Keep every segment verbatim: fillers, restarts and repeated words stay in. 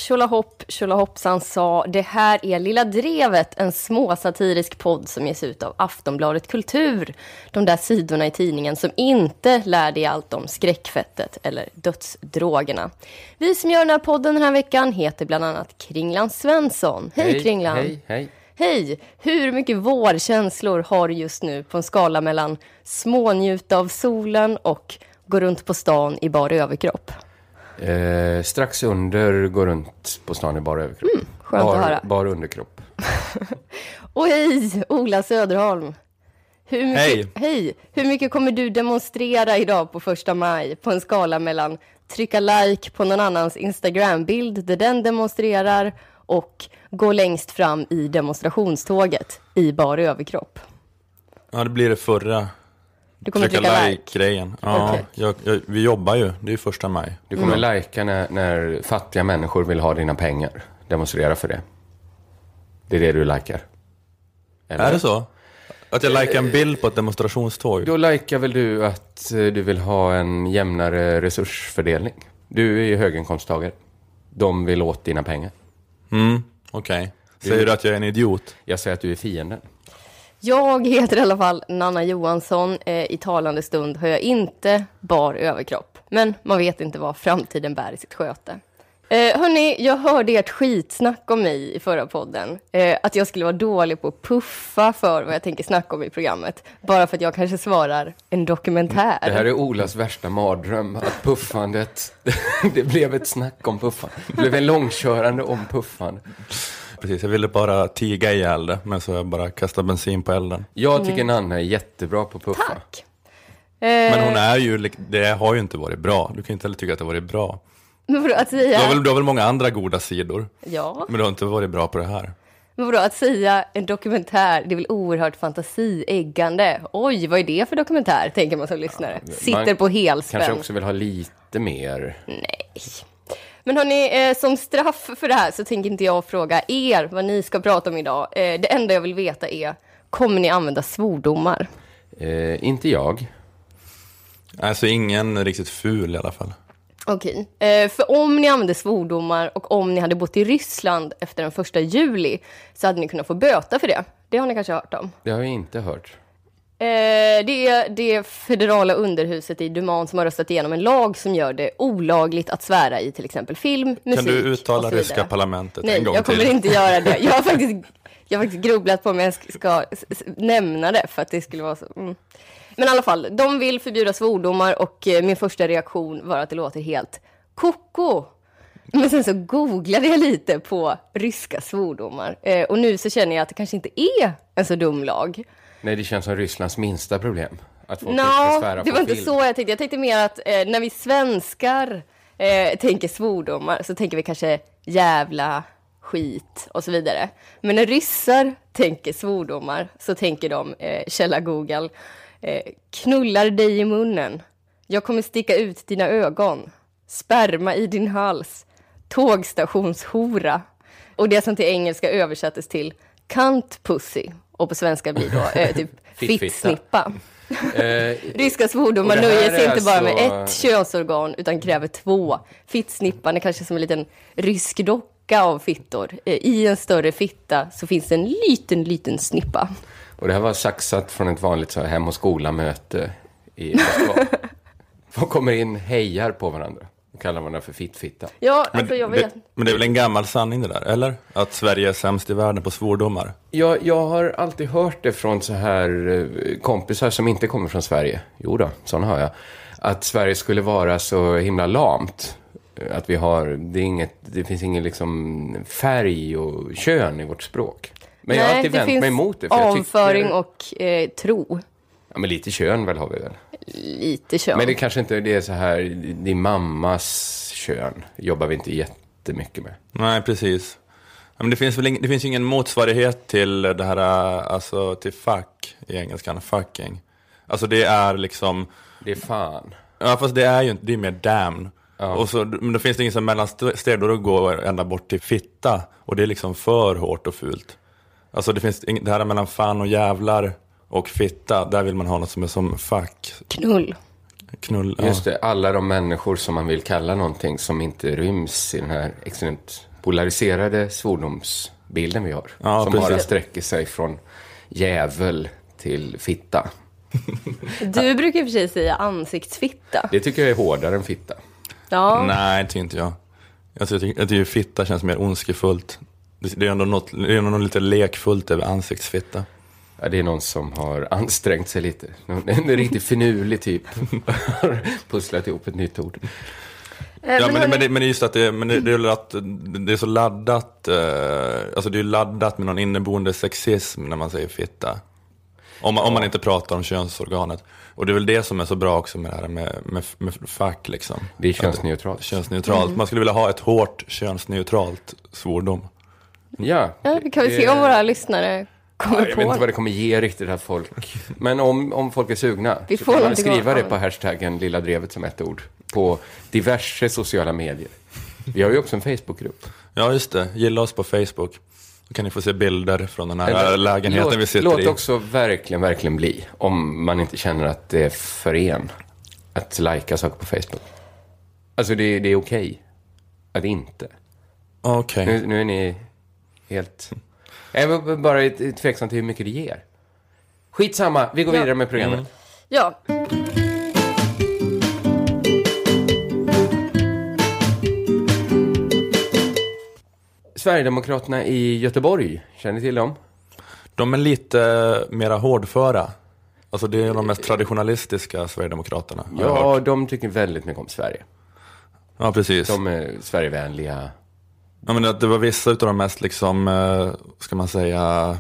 tjolahopp, tjolahoppsan sa, det här är Lilla Drevet, en småsatirisk podd som ges ut av Aftonbladet Kultur. De där sidorna i tidningen som inte lär dig allt om skräckfettet eller dödsdrogerna. Vi som gör den här podden den här veckan heter bland annat Kringland Svensson. Hej, hej Kringland. Hej, hej. Hej, hur mycket vårkänslor har du just nu på en skala mellan smånjuta av solen och gå runt på stan i bar överkropp? Eh, strax under går runt på stan i bar överkropp. Mm, skönt bar, att höra. Bar underkropp. Och hej, Ola Söderholm. Hur mycket, hej. Hej, hur mycket kommer du demonstrera idag på första maj på en skala mellan trycka like på någon annans Instagram-bild där den demonstrerar och gå längst fram i demonstrationståget i bar överkropp? Ja, det blir det förra. Du kommer trycka, trycka like-grejen. like. Ja, Okay. jag, jag, vi jobbar ju. Det är ju första maj. Du kommer Mm. likea när, när fattiga människor vill ha dina pengar. Demonstrera för det. Det är det du likar. Eller? Är det så? Att jag likar en bild på ett demonstrationståg? Då likar väl du att eh, du vill ha en jämnare resursfördelning. Du är ju höginkomsttagare. De vill åt dina pengar. Mm, okej. Okay. Säger du... du att jag är en idiot? Jag säger att du är fienden. Jag heter i alla fall Nanna Johansson. Eh, I talande stund har jag inte bar överkropp. Men man vet inte vad framtiden bär i sitt sköte. Eh, hörni, jag hörde ert skitsnack om mig i förra podden. Eh, att jag skulle vara dålig på att puffa för vad jag tänker snacka om i programmet. Bara för att jag kanske svarar en dokumentär. Det här är Olas värsta mardröm. Att puffandet, det blev ett snack om puffan. Det blev en långkörande om puffan. Precis, jag ville bara tiga ihjäl det, men så jag bara kastade bensin på elden. Jag tycker mm. Nanna är jättebra på puffa. Tack. Men hon är ju, det har ju inte varit bra. Du kan inte heller tycka att det har varit bra. Men vadå, att säga... du, har väl, du har väl många andra goda sidor. Ja. Men du har inte varit bra på det här. Men vadå, att säga en dokumentär, det är väl oerhört fantasieggande. Oj, vad är det för dokumentär, tänker man som lyssnare. Ja, sitter på helspänn. Kanske också vill ha lite mer. Nej. Men hörni, eh, som straff för det här så tänker inte jag fråga er vad ni ska prata om idag. Eh, det enda jag vill veta är, kommer ni använda svordomar? Eh, inte jag. Alltså ingen riktigt ful i alla fall. Okej, eh, för om ni använde svordomar och om ni hade bott i Ryssland efter den första juli så hade ni kunnat få böta för det. Det har ni kanske hört om. Det har jag inte hört. Eh, det är det federala underhuset i Duman som har röstat igenom en lag som gör det olagligt att svära i till exempel film, musik. Kan du uttala ryska parlamentet Nej, en gång jag kommer till? inte göra det. Jag har faktiskt, jag har faktiskt grubblat på om jag ska s- s- nämna det för att det skulle vara så... Mm. Men i alla fall, de vill förbjuda svordomar och eh, min första reaktion var att det låter helt koko. Men sen så googlade jag lite på ryska svordomar. Eh, och nu så känner jag att det kanske inte är en så dum lag. Nej, det känns som Rysslands minsta problem. Att folk no, inte svära det på var inte film. så jag tänkte. Jag tänkte mer att eh, när vi svenskar eh, tänker svordomar så tänker vi kanske jävla, skit och så vidare. Men när ryssar tänker svordomar så tänker de, eh, källa Google, eh, knullar dig i munnen. Jag kommer sticka ut dina ögon. Sperma i din hals. Tågstationshora. Och det som till engelska översattes till cunt pussy. Och på svenska blir då eh, typ fittsnippa. Eh, Ryska svordomar och det här nöjer sig är inte bara med alltså- ett könsorgan utan kräver två. Fittsnippan är kanske som en liten rysk docka av fittor. Eh, I en större fitta så finns det en liten, liten snippa. Och det här var saxat från ett vanligt så här, hem- och skolamöte i Moskva. Folk kommer in, hejar på varandra. Och kallar varandra för fittfitta. Ja, alltså jag vet. Det, men det är väl en gammal sanning det där, eller? Att Sverige är sämst i världen på svordomar. Jag, jag har alltid hört det från så här eh, kompisar som inte kommer från Sverige. Jo då, sådana har jag. Att Sverige skulle vara så himla lamt. Att vi har, det, är inget, det finns ingen liksom färg och kön i vårt språk. Men jag har alltid vänt mig emot det. För jag avföring tycker, och eh, tro. Ja, men lite kön väl har vi väl. Lite kön. Men det kanske inte det är så här, din mammas kön jobbar vi inte jättemycket med. Nej, precis. Men det finns väl ing, det finns ju ingen motsvarighet till det här, alltså till fuck i engelskan, fucking. Alltså det är liksom... Det är fan. Ja, fast det är ju inte, det är mer damn. Ja. Och så, men då finns det ingen som mellansteg då det går ända bort till fitta. Och det är liksom för hårt och fult. Alltså det finns det här mellan fan och jävlar och fitta. Där vill man ha något som är som fuck. Knull. Knull, Just ja. det, alla de människor som man vill kalla någonting som inte ryms i den här extremt polariserade svordomsbilden vi har. Ja, som precis. bara sträcker sig från jävel till fitta. Du brukar i och för sig säga ansiktsfitta. Det tycker jag är hårdare än fitta. Ja. Nej, det tycker inte jag. Alltså, jag tycker, jag tycker fitta känns mer ondskefullt. Det, det är ändå något, det är ändå något lite lekfullt över ansiktsfitta. Ja, det är någon som har ansträngt sig lite. En, en riktigt finurlig typ har pusslat ihop ett nytt ord. Ja, men, men, det, men det är just att det, men det, det, är, att det är så laddat. Eh, alltså det är laddat med någon inneboende sexism när man säger fitta. Om man, om man inte pratar om könsorganet. Och det är väl det som är så bra också med det här med, med, med fack liksom. Det är könsneutralt. Att, könsneutralt. Mm. Man skulle vilja ha ett hårt könsneutralt svordom. Ja. Ja, kan vi se om våra lyssnare kommer ja, på. Jag vet inte vad det kommer ge riktigt här folk. Men om, om folk är sugna vi så får kan man skriva gå. det på hashtaggen Lilla Drevet som ett ord. På diverse sociala medier. Vi har ju också en Facebookgrupp. Ja, just det. Gilla oss på Facebook. Då kan ni få se bilder från den här Eller, lägenheten låt, vi sitter låt i. Låt också verkligen, verkligen bli. Om man inte känner att det är för en att lajka saker på Facebook. Alltså det, det är okej okay att inte. Okej. Okay. Nu, nu är ni helt... Jag var bara tveksam till hur mycket det ger. Skitsamma, vi går ja. vidare med programmet. Mm. Ja. Sverigedemokraterna i Göteborg, känner ni till dem? De är lite mera hårdföra. Alltså det är de mest traditionalistiska Sverigedemokraterna. Ja, de tycker väldigt mycket om Sverige. Ja, precis. De är Sverigevänliga. Ja, men det var vissa av de mest liksom, ska man säga,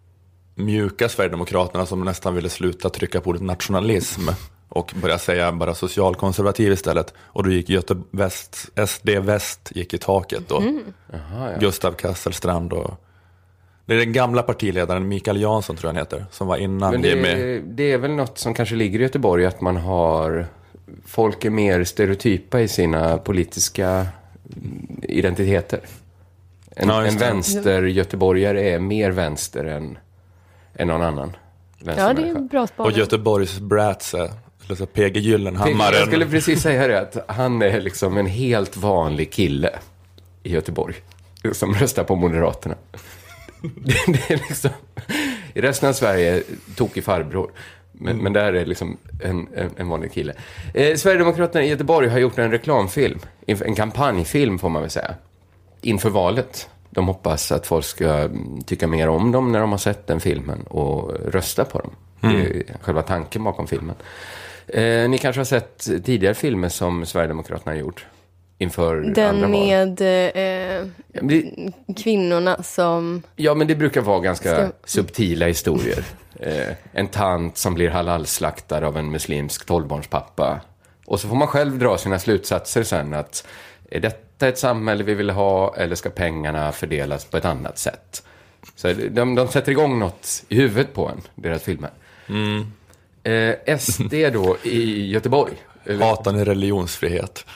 mjuka Sverigedemokraterna som nästan ville sluta trycka på ordet nationalism och börja säga bara socialkonservativ istället. Och då gick Göte Väst, S D Väst gick i taket då. Mm. Aha, ja. Gustav Kasselstrand och... Det är den gamla partiledaren Mikael Jansson tror jag han heter, som var innan. Men det, Jimmy. det är väl något som kanske ligger i Göteborg, att man har... Folk är mer stereotypa i sina politiska identiteter. En, Ja, en vänster-göteborgare är mer vänster än, än någon annan. Ja, det är en bra spanare. Och Göteborgs Brats, eller P G Gyllenhammar. Jag skulle precis säga det, att han är liksom en helt vanlig kille i Göteborg som röstar på Moderaterna. Det, det är liksom, i resten av Sverige tokig farbror. Men, mm. men där är liksom en, en, en vanlig kille. Eh, Sverigedemokraterna i Göteborg har gjort en reklamfilm. En kampanjfilm får man väl säga. Inför valet. De hoppas att folk ska tycka mer om dem när de har sett den filmen och rösta på dem. Mm. Det är själva tanken bakom filmen. Eh, ni kanske har sett tidigare filmer som Sverigedemokraterna har gjort inför den andra med eh, ja, det, kvinnorna som... Ja, men det brukar vara ganska ska... subtila historier. Eh, en tant som blir halalslaktad av en muslimsk tolvbarnspappa. Och så får man själv dra sina slutsatser sen att är detta ett samhälle vi vill ha eller ska pengarna fördelas på ett annat sätt? Så de, de sätter igång något i huvudet på en, deras filmer. Mm. Eh, S D då i Göteborg. Hatar ni religionsfrihet?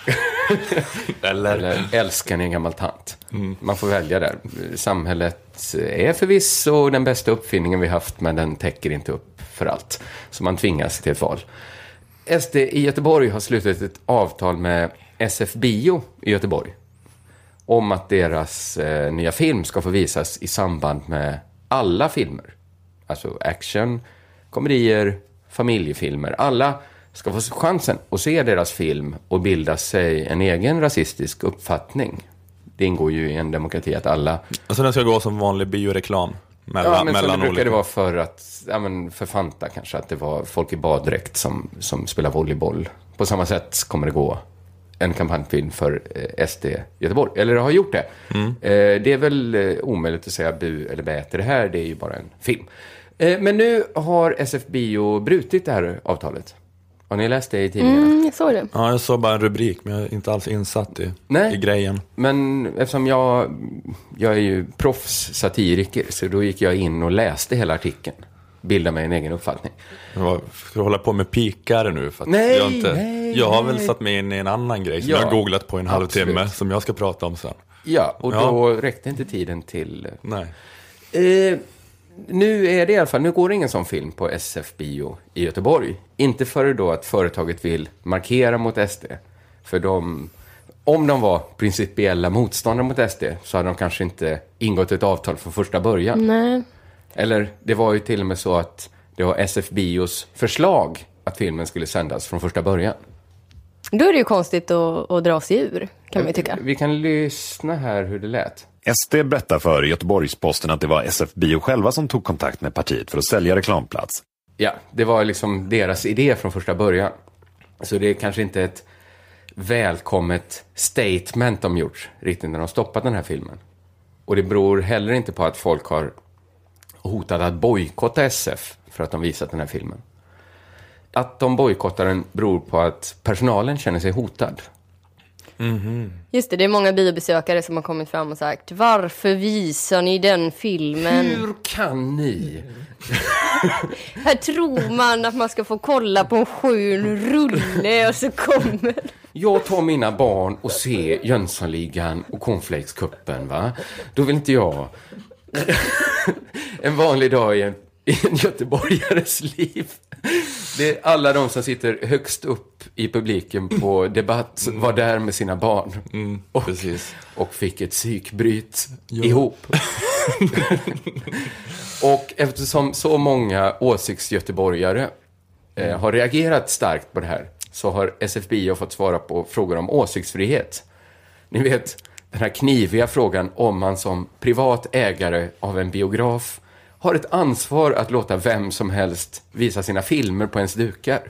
Eller? Eller älskar ni en gammal tant? Mm. Man får välja där. Samhället är förvisso den bästa uppfinningen vi haft, men den täcker inte upp för allt. Så man tvingas till ett val. S D i Göteborg har slutit ett avtal med S F Bio i Göteborg om att deras eh, nya film ska få visas i samband med alla filmer. Alltså action, komedier, familjefilmer. Alla ska få chansen att se deras film och bilda sig en egen rasistisk uppfattning. Det ingår ju i en demokrati att alla... Alltså den ska gå som vanlig bioreklam mellan, ja, men mellan så det brukar olika... det vara för att, ja men för Fanta kanske, att det var folk i baddräkt som, som spelar volleyboll. På samma sätt kommer det gå en kampanjfilm för eh, S D Göteborg. Eller har gjort det. Mm. Eh, det är väl eh, omöjligt att säga bu eller bä till det här. Det är ju bara en film. Eh, men nu har S F Bio brutit det här avtalet. Har ni läst det i tidningarna? Mm, jag såg det. Ja, jag såg bara en rubrik, men jag är inte alls insatt i, Nej, i grejen. Men eftersom jag, jag är ju proffs-satiriker, så då gick jag in och läste hela artikeln. Bildade mig en egen uppfattning. Jag ska hålla på med pikare nu? För att nej, jag, inte, nej, jag har nej. väl satt mig in i en annan grej som ja, jag har googlat på en halvtimme, absolut. som jag ska prata om sen. Ja, och ja. då räckte inte tiden till... Nej. Eh, nu är det i alla fall, nu går det ingen sån film på S F Bio i Göteborg. Inte för då att företaget vill markera mot S D. För de, om de var principiella motståndare mot S D så hade de kanske inte ingått ett avtal från första början. Nej. Eller det var ju till och med så att det var S F Bios förslag att filmen skulle sändas från första början. Då är det ju konstigt att, att dra sig ur, kan man ju tycka. Vi kan lyssna här hur det lät. S D berättar för Göteborgs-Posten att det var S F Bio själva som tog kontakt med partiet för att sälja reklamplats. Ja, det var liksom deras idé från första början. Så det är kanske inte ett välkommet statement de gjort riktigt när de stoppat den här filmen. Och det beror heller inte på att folk har hotat att bojkotta S F för att de visat den här filmen. Att de bojkottar den beror på att personalen känner sig hotad. Mm-hmm. Just det, det är många biobesökare som har kommit fram och sagt: varför visar ni den filmen? Hur kan ni? Här tror man att man ska få kolla på en skön rulle och så kommer... Jag tar mina barn och ser Jönssonligan och Cornflakescupen, va? Då vill inte jag... en vanlig dag i en, i en göteborgares liv. Det är alla de som sitter högst upp i publiken på debatt var där med sina barn. Mm, och, precis. och fick ett psykbryt ja. ihop. Och eftersom så många åsiktsgöteborgare eh, har reagerat starkt på det här så har S F Bio fått svara på frågor om åsiktsfrihet. Ni vet, den här kniviga frågan om man som privat ägare av en biograf har ett ansvar att låta vem som helst visa sina filmer på ens dukar.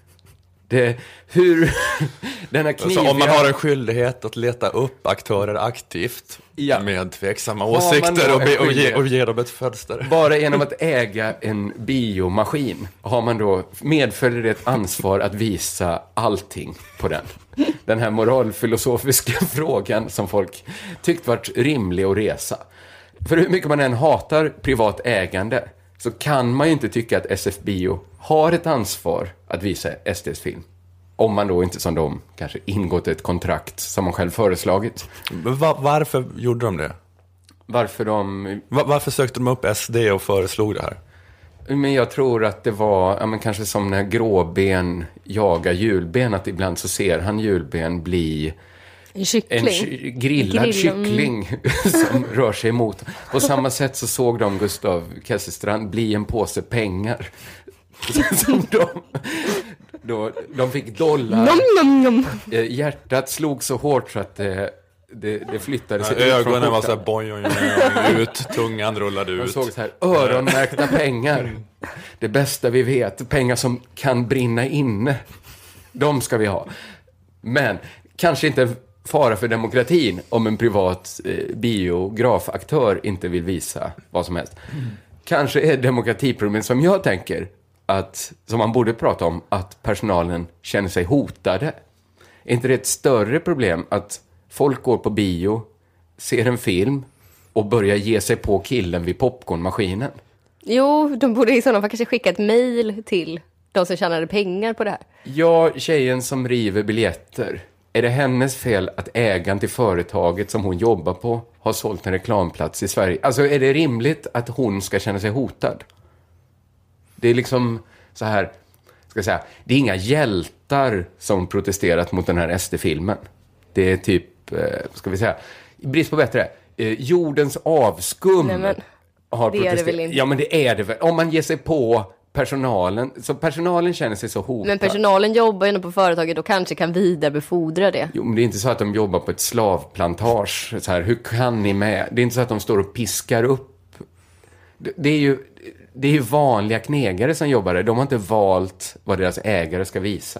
Det, hur den här kniviga... Alltså, om man har en skyldighet att leta upp aktörer aktivt ja. med tveksamma åsikter och, be, och, ge, och ge dem ett fönster. Bara genom att äga en biomaskin har man då medföljer det ett ansvar att visa allting på den. Den här moralfilosofiska frågan som folk tyckt varit rimlig att resa. För hur mycket man än hatar privat ägande så kan man ju inte tycka att S F Bio har ett ansvar att visa S D:s film. Om man då inte som de kanske ingått ett kontrakt som man själv föreslagit. Var, varför gjorde de det? Varför de... Var, varför sökte de upp S D och föreslog det här? Men jag tror att det var ja, men kanske som när gråben jagar julben. Att ibland så ser han julben bli... En kyckling. En ky- grillad Grill, kyckling som rör sig emot. På samma sätt så såg de Gustav Kesselstrand bli en påse pengar. Som de, då, de fick dollar. Nom, nom, nom. Hjärtat slog så hårt så att det, det, det flyttade sig ja, ut från ögonen var så här skjortan. boing, boing, ut, tungan rullade ut. Man såg så här, öronmärkta pengar. Det bästa vi vet, pengar som kan brinna inne. De ska vi ha. Men kanske inte fara för demokratin om en privat eh, biografaktör inte vill visa vad som helst. Mm. Kanske är demokratiproblem som jag tänker att, som man borde prata om, att personalen känner sig hotade. Är inte det ett större problem att folk går på bio, ser en film och börjar ge sig på killen vid popcornmaskinen? Jo, de borde i sådana fall kanske skicka ett mejl till de som tjänade pengar på det här. Ja, tjejen som river biljetter. Är det hennes fel att ägaren till företaget som hon jobbar på har sålt en reklamplats i Sverige? Alltså är det rimligt att hon ska känna sig hotad? Det är liksom så här, ska jag säga, det är inga hjältar som protesterat mot den här S D-filmen. Det är typ, eh, ska vi säga, i brist på bättre, eh, jordens avskum. Nej, men, har det är det väl inte. Ja, men det är det väl. Om man ger sig på personalen, så personalen känner sig så hotad. Men personalen jobbar ju på företaget och kanske kan vidarebefordra det. Jo, men det är inte så att de jobbar på ett slavplantage. Så här, hur kan ni med? Det är inte så att de står och piskar upp. Det, det är ju det är ju vanliga knegare som jobbar där. De har inte valt vad deras ägare ska visa.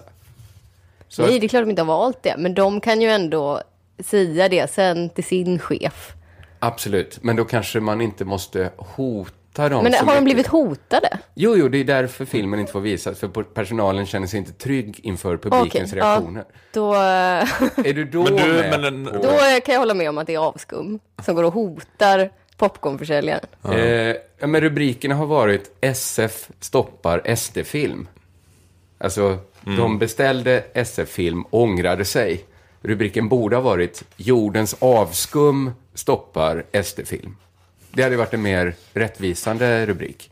Så Nej, det är klart de inte har valt det. Men de kan ju ändå säga det sen till sin chef. Absolut, men då kanske man inte måste hota dem. Men har de mycket. blivit hotade? Jo, jo, det är därför filmen inte får visas. För personalen känner sig inte trygg inför publikens Okej, reaktioner. Ja, då, är du då Men du, med men en- på- då kan jag hålla med om att det är avskum som går och hotar popcornförsäljaren. Ja. Eh, men rubrikerna har varit S F stoppar S D-film. Alltså, mm. de beställde S F-film och ångrade sig. Rubriken borde ha varit Jordens avskum stoppar S D-film. Det hade varit en mer rättvisande rubrik.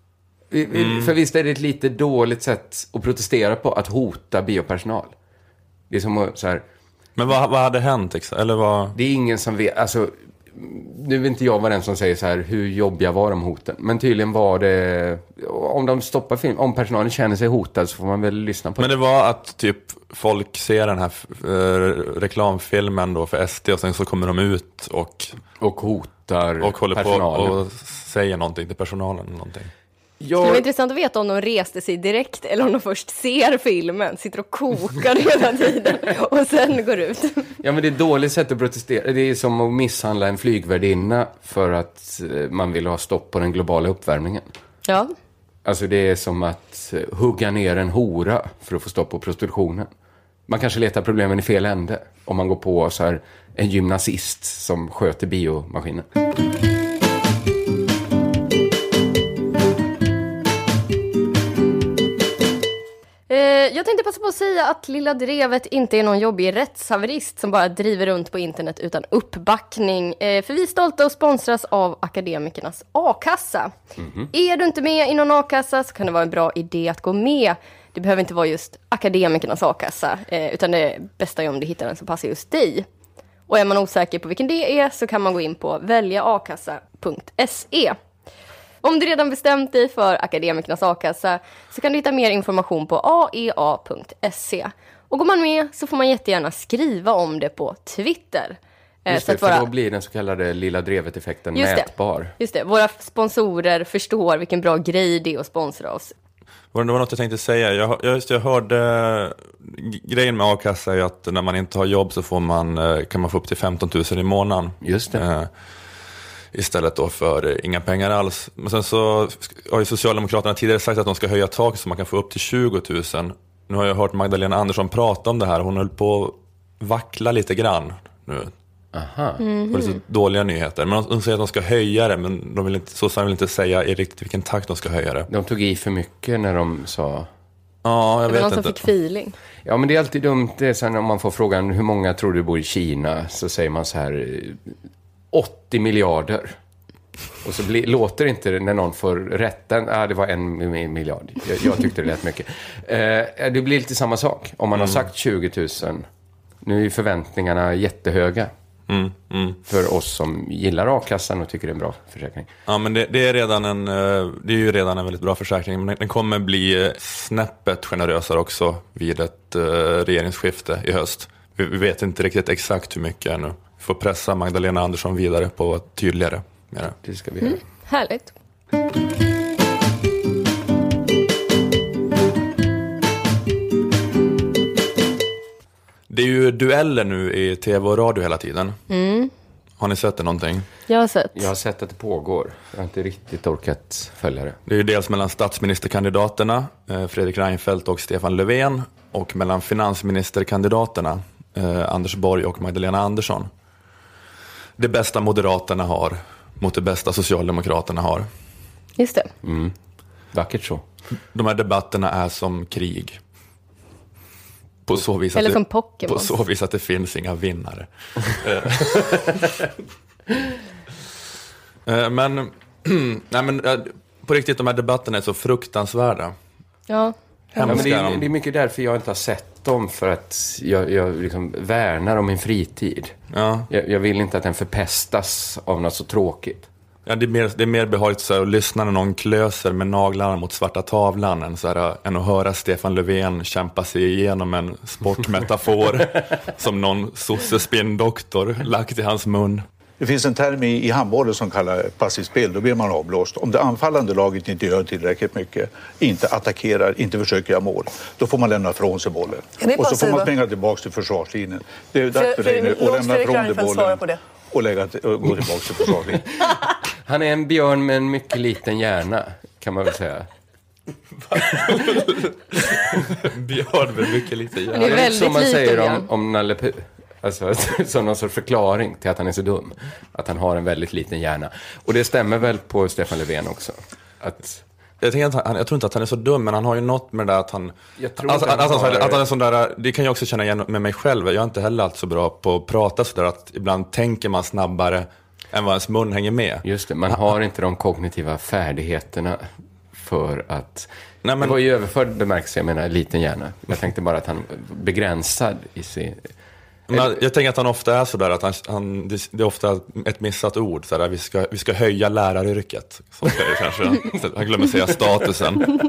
Mm. För visst är det ett lite dåligt sätt att protestera på, att hota biopersonal. Det är som att så här... Men vad, vad hade hänt? Eller vad... Det är ingen som vet, alltså nu vet inte jag vad den som säger så här, hur jobbiga var de hoten. Men tydligen var det, om de stoppar film, om personalen känner sig hotad så får man väl lyssna på Men det. Men det var att typ folk ser den här eh, reklamfilmen då för S D och sen så kommer de ut och... Och hotar och håller personalen. på och säger någonting till personalen eller någonting. Det skulle vara intressant att veta om de reste sig direkt eller om de först ser filmen, sitter och kokar hela tiden och sen går ut. Ja, men det är ett dåligt sätt att protestera. Det är som att misshandla en flygvärdinna för att man vill ha stopp på den globala uppvärmningen. Ja. Alltså det är som att hugga ner en hora för att få stopp på prostitutionen. Man kanske letar problemen i fel ände om man går på så här en gymnasist som sköter biomaskinen. Jag tänkte passa på att säga att Lilla Drevet inte är någon jobbig rättshaverist som bara driver runt på internet utan uppbackning. För vi är stolta och sponsras av Akademikernas A-kassa. Mm-hmm. Är du inte med i någon A-kassa så kan det vara en bra idé att gå med. Det behöver inte vara just Akademikernas A-kassa, utan det bästa är om du hittar en som passar just dig. Och är man osäker på vilken det är så kan man gå in på välja a kassa punkt se. Om du redan bestämt dig för Akademikernas A-kassa så kan du hitta mer information på a e a punkt se. Och går man med så får man jättegärna skriva om det på Twitter. Just det, så att för våra... då blir den så kallade Lilla Drevet-effekten Just mätbar. Det. Just det, våra sponsorer förstår vilken bra grej det är att sponsra oss. Det var något jag tänkte säga. Jag, just, jag hörde grejen med A-kassa är att när man inte har jobb så får man, kan man få upp till femton tusen i månaden. Just det. Eh, istället då för inga pengar alls. Men sen så har ju Socialdemokraterna tidigare sagt att de ska höja taket så man kan få upp till tjugo tusen. Nu har jag hört Magdalena Andersson prata om det här. Hon höll på att vackla lite grann nu. Aha. Mm-hmm. Och det är så dåliga nyheter. Men de, de säger att de ska höja det, men de vill inte, så vill inte säga i riktigt vilken takt de ska höja det. De tog i för mycket när de sa... Ja, jag det vet var någon inte. som fick feeling. Ja, men det är alltid dumt. Det är så när man får frågan hur många tror du bor i Kina, så säger man så här åttio miljarder. Och så blir, låter det inte när någon får rätten. Ja, ah, det var en miljard. Jag, jag tyckte det lät mycket. Eh, det blir lite samma sak. Om man mm. har sagt tjugo tusen. Nu är förväntningarna jättehöga. Mm, mm. För oss som gillar A-kassan och tycker det är en bra försäkring. Ja, men det, det, är redan en, det är ju redan en väldigt bra försäkring. Men den kommer bli snäppet generösare också vid ett uh, regeringsskifte i höst. Vi, vi vet inte riktigt exakt hur mycket ännu. Vi får pressa Magdalena Andersson vidare på att tydligare. Mera. Det ska vi göra. Mm, härligt. Det är ju dueller nu i tv och radio hela tiden. Mm. Har ni sett det någonting? Jag har sett. Jag har sett att det pågår. Jag har inte riktigt orkat följa det. Det är ju dels mellan statsministerkandidaterna Fredrik Reinfeldt och Stefan Löfven och mellan finansministerkandidaterna eh, Anders Borg och Magdalena Andersson. Det bästa Moderaterna har mot det bästa Socialdemokraterna har. Just det. Mm. Vackert så. De här debatterna är som krig. På så vis Eller att som det, Pokémon. På så vis att det finns inga vinnare. men, nej men på riktigt, de här debatterna är så fruktansvärda. Ja. Ja, men det, är, det är mycket därför jag inte har sett dem. För att jag, jag liksom värnar om min fritid. Ja. Jag, jag vill inte att den förpestas av något så tråkigt. Ja, det är mer, det är mer behagligt så här, att lyssna när någon klöser med naglarna mot svarta tavlan än, så här, än att höra Stefan Löfven kämpa sig igenom en sportmetafor som någon sossespinndoktor lagt i hans mun. Det finns en term i, i handbollen som kallar passivt spel. Då blir man avblåst. Om det anfallande laget inte gör tillräckligt mycket, inte attackerar, inte försöker göra mål, då får man lämna från sig bollen. Och så får man springa tillbaka till försvarslinjen. Det är dags för dig nu att lämna från dig bollen och, lägga, och gå tillbaka till försvarslinjen. Han är en björn med en mycket liten hjärna, kan man väl säga. Björn med mycket liten hjärna. Det är väldigt som man liten, säger ja. om, om Nalle Puh. Alltså, som någon sorts förklaring till att han är så dum. Att han har en väldigt liten hjärna. Och det stämmer väl på Stefan Löfven också. Att... Jag, tänker att han, jag tror inte att han är så dum, men han har ju något med det där att han... Jag tror alltså, att, han han har... har... att han är sån där... Det kan jag också känna igen med mig själv. Jag är inte heller alltid så bra på att prata så där att ibland tänker man snabbare än vad ens mun hänger med. Just det, man har inte de kognitiva färdigheterna för att... Nej, men... Det var ju överförd bemärkelse, jag menar liten hjärna. Jag tänkte bara att han begränsad i sin... Men jag tänker att han ofta är sådär att han, han, det är ofta ett missat ord sådär, vi, ska, vi ska höja läraryrket som säger kanske. Han glömmer säga statusen.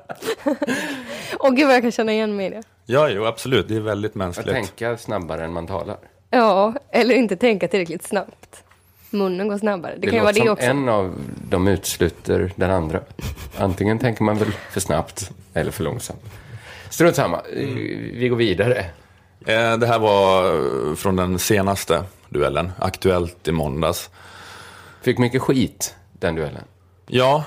Och gud vad jag kan känna igen mig i det. Ja, jo, absolut, det är väldigt mänskligt. Att tänka snabbare än man talar. Ja, eller inte tänka tillräckligt snabbt. Munnen går snabbare. Det, det kan ju vara det också. En av dem utsluter den andra. Antingen tänker man väl för snabbt eller för långsamt. Strunt samma, vi går vidare. Det här var från den senaste duellen, Aktuellt i måndags. Fick mycket skit, den duellen. Ja,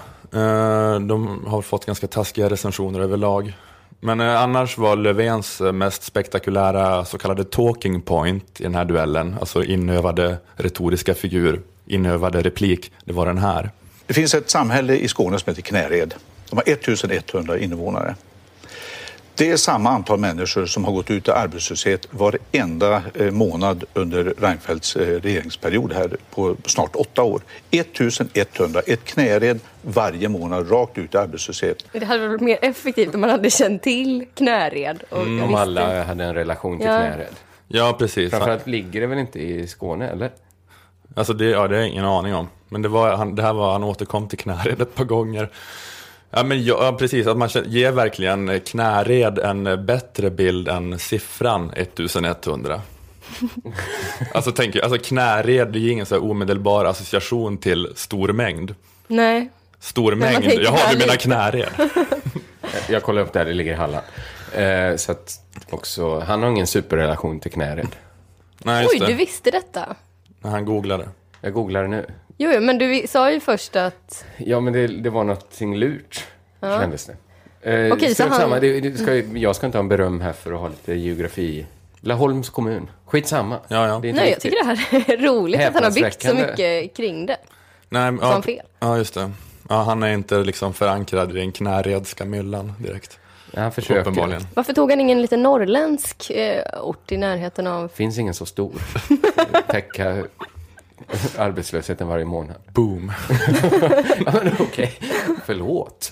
de har fått ganska taskiga recensioner överlag. Men annars var Löfvens mest spektakulära så kallade talking point i den här duellen, alltså inövade retoriska figur, inövade replik, det var den här. Det finns ett samhälle i Skåne som heter Knäred. De har ettusenetthundra invånare. Det är samma antal människor som har gått ut i arbetslöshet varenda månad under Reinfeldts regeringsperiod här på snart åtta år. ettusenetthundra, ett Knäred varje månad rakt ut i arbetslöshet. Det hade varit mer effektivt om man hade känt till Knäred. Och mm, om alla hade en relation till ja. Knäred. Ja, precis. Framförallt ligger det väl inte i Skåne, eller? Alltså det, ja, det är ingen aning om. Men det, var, han, det här var, han återkom till Knäred ett par gånger. Ja, men ja, precis. Att man ger verkligen Knäred en bättre bild än siffran ettusenetthundra. Alltså, tänk, alltså Knäred, det är ingen så här omedelbar association till stor mängd. Nej. Stor mängd. Jaha, du menar Knäred. Jag kollar upp där, det ligger i Halland. Eh, så att också, han har ingen superrelation till Knäred. Nej, Oj, du visste detta. När han googlade. Jag googlar nu. Jo, men du sa ju först att... Ja, men det, det var någonting lurt, ja. Kändes det. Eh, Okej, så han... samma. Det, det ska, jag ska inte ha en beröm här för att ha lite geografi. Laholms kommun. Skitsamma. Ja, ja. Det är Nej, jag tycker det här är roligt att han har byggt så mycket kring det. Nej, så ja, fel. Ja, just det. Ja, han är inte liksom förankrad i den knäredska myllan direkt. Ja, han försöker. Varför tog han ingen liten norrländsk eh, ort i närheten av... Finns ingen så stor. Täcka arbetslösheten varje månad. Boom. Ja, men okej. Okay. Förlåt.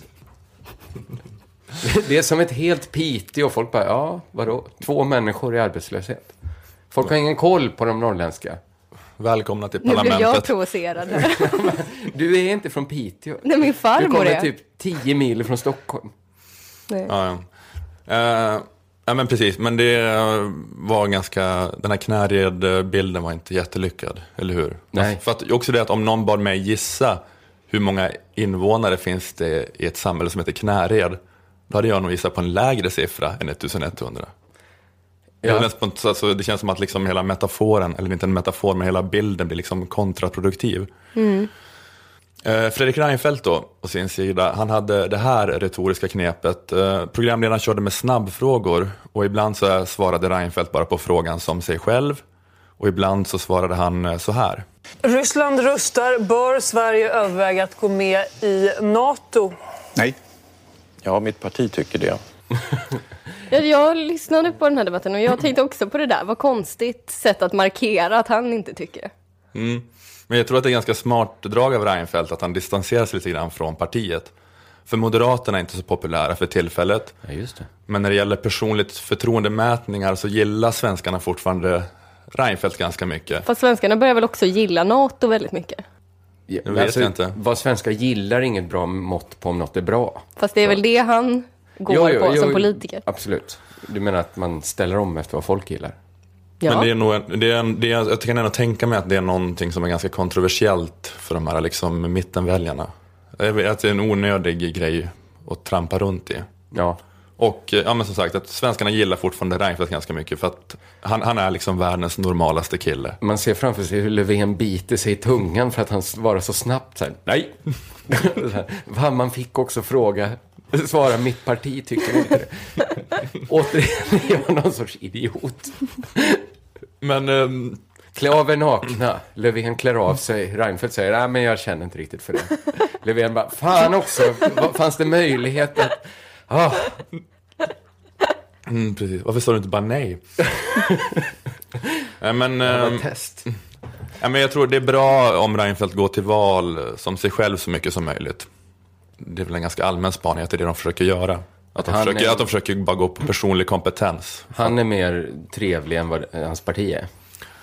Det är som ett helt Piteå och folk bara, ja, vadå? Två människor i arbetslöshet. Folk har ingen koll på de norrländska. Välkomna till parlamentet. Nu blir jag provocerad här. Du är inte från Piteå. Nej, min farmor är. Du kommer typ tio mil från Stockholm. Nej. Ja, ja. Uh, ja, men precis. Men det var ganska... Den här Knäred-bilden var inte jättelyckad, eller hur? Nej. För att också det att om någon bad mig gissa hur många invånare finns det i ett samhälle som heter Knäred, då hade jag nog gissat på en lägre siffra än ettusenetthundra. Ja. Alltså, det känns som att liksom hela metaforen, eller inte en metafor, men hela bilden blir liksom kontraproduktiv. Mm. Eh, Fredrik Reinfeldt då, på sin sida, han hade det här retoriska knepet. Eh, programledaren körde med snabbfrågor och ibland så svarade Reinfeldt bara på frågan som sig själv. Och ibland så svarade han så här. Ryssland rustar. Bör Sverige överväga att gå med i NATO? Nej. Ja, mitt parti tycker det. Jag lyssnade på den här debatten och jag tänkte också på det där. Vad konstigt sätt att markera att han inte tycker det. Mm. Men jag tror att det är ganska smart drag av Reinfeldt att han distanserar sig lite grann från partiet. För Moderaterna är inte så populära för tillfället. Ja, just det. Men när det gäller personligt förtroendemätningar så gillar svenskarna fortfarande Reinfeldt ganska mycket. Fast svenskarna börjar väl också gilla NATO väldigt mycket. Ja, jag vet alltså, jag inte. Vad svenskar gillar inget bra mått på om något är bra. Fast det är väl det han går jo, jo, på jo, som politiker. Absolut. Du menar att man ställer om efter vad folk gillar? Ja. Men det är nog, det är, det är, jag kan ändå tänka mig att det är någonting som är ganska kontroversiellt för de här liksom mittenväljarna. Att det är en onödig grej att trampa runt i. Ja. Och ja, men som sagt, att svenskarna gillar fortfarande Reinfeldt ganska mycket för att han, han är liksom världens normalaste kille. Man ser framför sig hur Löfven biter sig i tungan för att han svarar så snabbt så här, nej. Man fick också fråga, svara mitt parti tycker inte det. Återigen är jag någon sorts idiot. Men um, klä av er nakna. Löfven klär av sig. Reinfeldt säger, nej men jag känner inte riktigt för det. Löfven bara, fan också. Fanns det möjlighet att... Ah. Mm, precis. Varför sa du inte bara nej? ja, men, det var um, ett test. Ja, men jag tror det är bra om Reinfeldt går till val som sig själv så mycket som möjligt. Det är väl en ganska allmän spaning att det är det de försöker göra. Att de, försöker, är, att de försöker bara gå på personlig kompetens. Han är mer trevlig än vad hans parti är.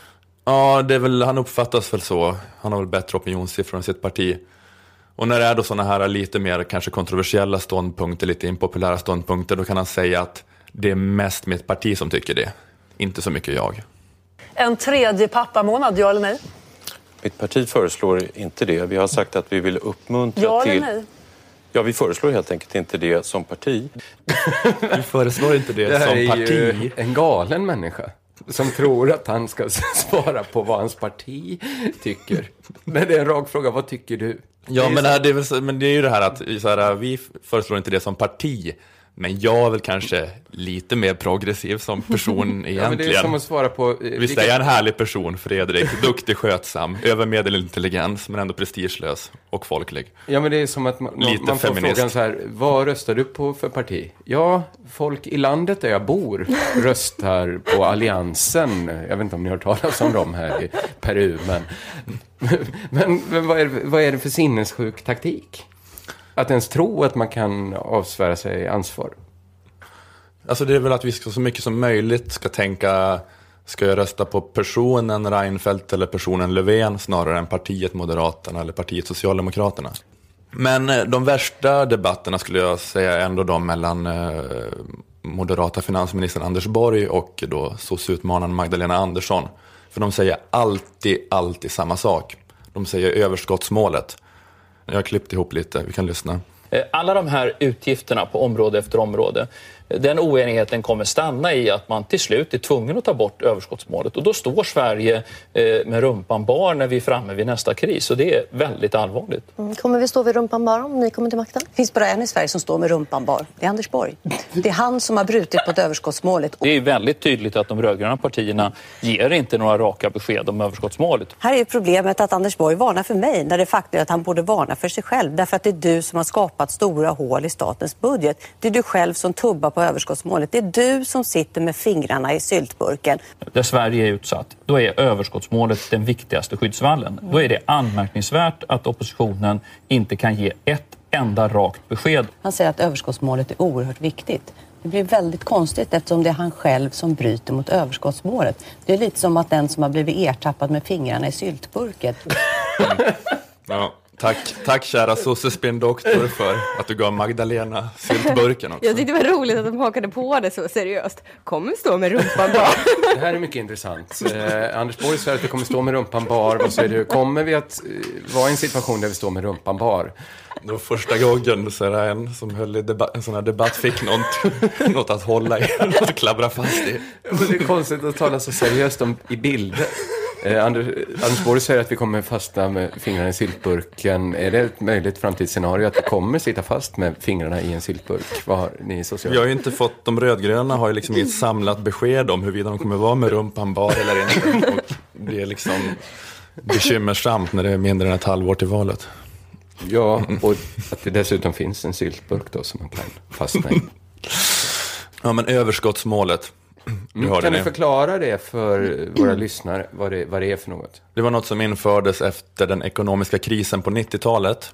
Ja, det är väl, han uppfattas väl så. Han har väl bättre opinionssiffror än sitt parti. Och när det är då sådana här lite mer kanske kontroversiella ståndpunkter, lite impopulära ståndpunkter, då kan han säga att det är mest mitt parti som tycker det. Inte så mycket jag. En tredje pappamånad, ja eller nej? Mitt parti föreslår inte det. Vi har sagt att vi vill uppmuntra ja till... Ja eller nej? Ja, vi föreslår helt enkelt inte det som parti. Vi föreslår inte det, det som parti. Det är ju en galen människa som tror att han ska svara på vad hans parti tycker. Men det är en rak fråga, vad tycker du? Ja, det men det, här, det, är väl, men det är ju det här att så här, vi föreslår inte det som parti. Men jag är väl kanske lite mer progressiv som person egentligen. Ja, men det är som att svara på... Eh, Visst vilka... är jag en härlig person, Fredrik. Duktig, skötsam, över medelintelligens, men ändå prestigelös och folklig. Ja, men det är som att man, lite man får feminist. Frågan så här, vad röstar du på för parti? Ja, folk i landet där jag bor röstar på Alliansen. Jag vet inte om ni har hört talas om dem här i Peru, men... men, men vad, är, vad är det för sinnessjuk taktik? Att ens tro att man kan avsvära sig ansvar. Alltså det är väl att vi ska så mycket som möjligt ska tänka, ska jag rösta på personen Reinfeldt eller personen Löfven snarare än partiet Moderaterna eller partiet Socialdemokraterna. Men de värsta debatterna skulle jag säga ändå de mellan eh, moderata finansministern Anders Borg och då sociutmanaren Magdalena Andersson. För de säger alltid, alltid samma sak. De säger överskottsmålet. Jag har klippt ihop lite, vi kan lyssna. Alla de här utgifterna på område efter område, den oenigheten kommer stanna i att man till slut är tvungen att ta bort överskottsmålet. Och då står Sverige med rumpan bar när vi är framme vid nästa kris. Och det är väldigt allvarligt. Mm. Kommer vi stå vid rumpan bar om ni kommer till makten? Det finns bara en i Sverige som står med rumpan bar. Det är Anders Borg. Det är han som har brutit mot överskottsmålet. Det är väldigt tydligt att de rödgröna partierna ger inte några raka besked om överskottsmålet. Här är problemet att Anders Borg varnar för mig när det faktiskt är att han borde varna för sig själv. Därför att det är du som har skapat stora hål i statens budget. Det är du själv som tubbar på överskottsmålet. Det är du som sitter med fingrarna i syltburken. Där Sverige är utsatt, då är överskottsmålet den viktigaste skyddsvallen. Då är det anmärkningsvärt att oppositionen inte kan ge ett enda rakt besked. Han säger att överskottsmålet är oerhört viktigt. Det blir väldigt konstigt eftersom det är han själv som bryter mot överskottsmålet. Det är lite som att den som har blivit ertappad med fingrarna i syltburken. Ja. Tack, tack kära sossespindoktor för att du gav Magdalena syltburken också. Jag tyckte det var roligt att de hakade på det så seriöst. Kommer stå med rumpan bar. Det här är mycket intressant. Eh, Anders Borg säger att vi kommer stå med rumpan bar. Vad säger du? Kommer vi att eh, vara i en situation där vi står med rumpan bar? Det var första gången så är det en som höll i debatt, en sån här debatt fick något, något att hålla i, något att klabbra fast i. Det är konstigt att tala så seriöst om i bilder. Eh, Anders, Anders Borg säger att vi kommer fasta med fingrarna i syltburken. Är det ett möjligt framtidsscenario att vi kommer sitta fast med fingrarna i en syltburk? Vad har ni sociala? Vi har ju inte fått, de rödgröna har ju liksom ett samlat besked om huruvida de kommer vara med rumpan bar eller inte. Och det är liksom bekymmersamt när det är mindre än ett halvår till valet. Ja, och att det dessutom finns en syltburk då som man kan fastna i. Ja, men överskottsmålet. Mm, kan du förklara det för våra lyssnare, vad det, vad det är för något? Det var något som infördes efter den ekonomiska krisen på nittiotalet.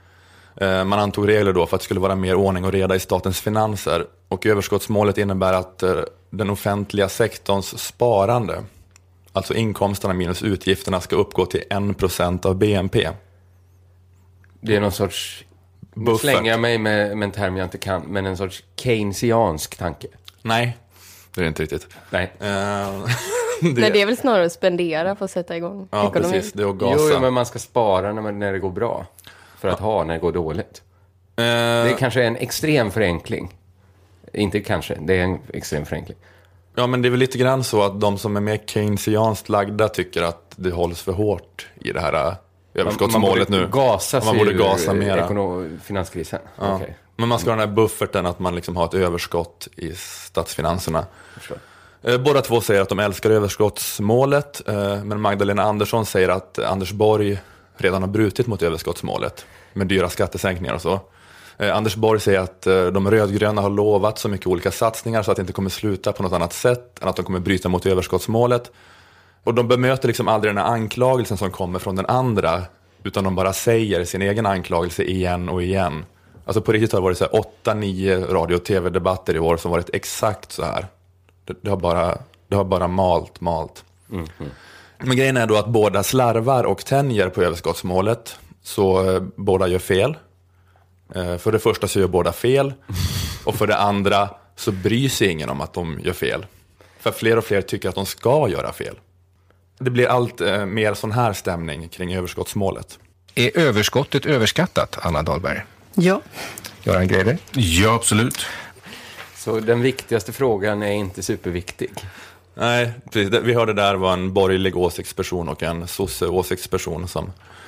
Man antog regler då för att det skulle vara mer ordning och reda i statens finanser. Och överskottsmålet innebär att den offentliga sektorns sparande, alltså inkomsterna minus utgifterna, ska uppgå till en procent av B N P. Det är någon sorts, buffert. Slänga mig med, med en term jag inte kan, men en sorts keynesiansk tanke. Nej, det är inte riktigt. Nej. Uh, det... Nej, det är väl snarare att spendera för att sätta igång ja, ekonomin. Precis, det är att gasa. Jo, men man ska spara när, man, när det går bra. För att ja. ha när det går dåligt. Uh... Det är kanske en extrem förenkling. Inte kanske, det är en extrem förenkling. Ja, men det är väl lite grann så att de som är mer keynesianskt lagda tycker att det hålls för hårt i det här överskottsmålet nu. Gasa man borde gasa mera. Ekonom- finanskrisen. Ja. Okay. Men man ska ha den här bufferten att man liksom har ett överskott i statsfinanserna. Båda två säger att de älskar överskottsmålet. Men Magdalena Andersson säger att Anders Borg redan har brutit mot överskottsmålet med dyra skattesänkningar och så. Anders Borg säger att de rödgröna har lovat så mycket olika satsningar så att det inte kommer sluta på något annat sätt än att de kommer bryta mot överskottsmålet. Och de bemöter liksom aldrig den här anklagelsen som kommer från den andra, utan de bara säger sin egen anklagelse igen och igen. Alltså på riktigt har det varit så här åtta, nio radio- och tv-debatter i år som varit exakt så här. Det, det, har, bara, det har bara malt, malt. Mm. Men grejen är då att båda slarvar och tänjer på överskottsmålet. Så eh, båda gör fel. Eh, för det första så gör båda fel. Och för det andra så bryr sig ingen om att de gör fel. För fler och fler tycker att de ska göra fel. Det blir allt eh, mer sån här stämning kring överskottsmålet. Är överskottet överskattat, Anna Dahlberg? Ja. Göran Greider? Ja, absolut. Så den viktigaste frågan är inte superviktig. Nej, precis. Vi hörde där var en borgerlig åsiktsperson och en sosse-åsiktsperson som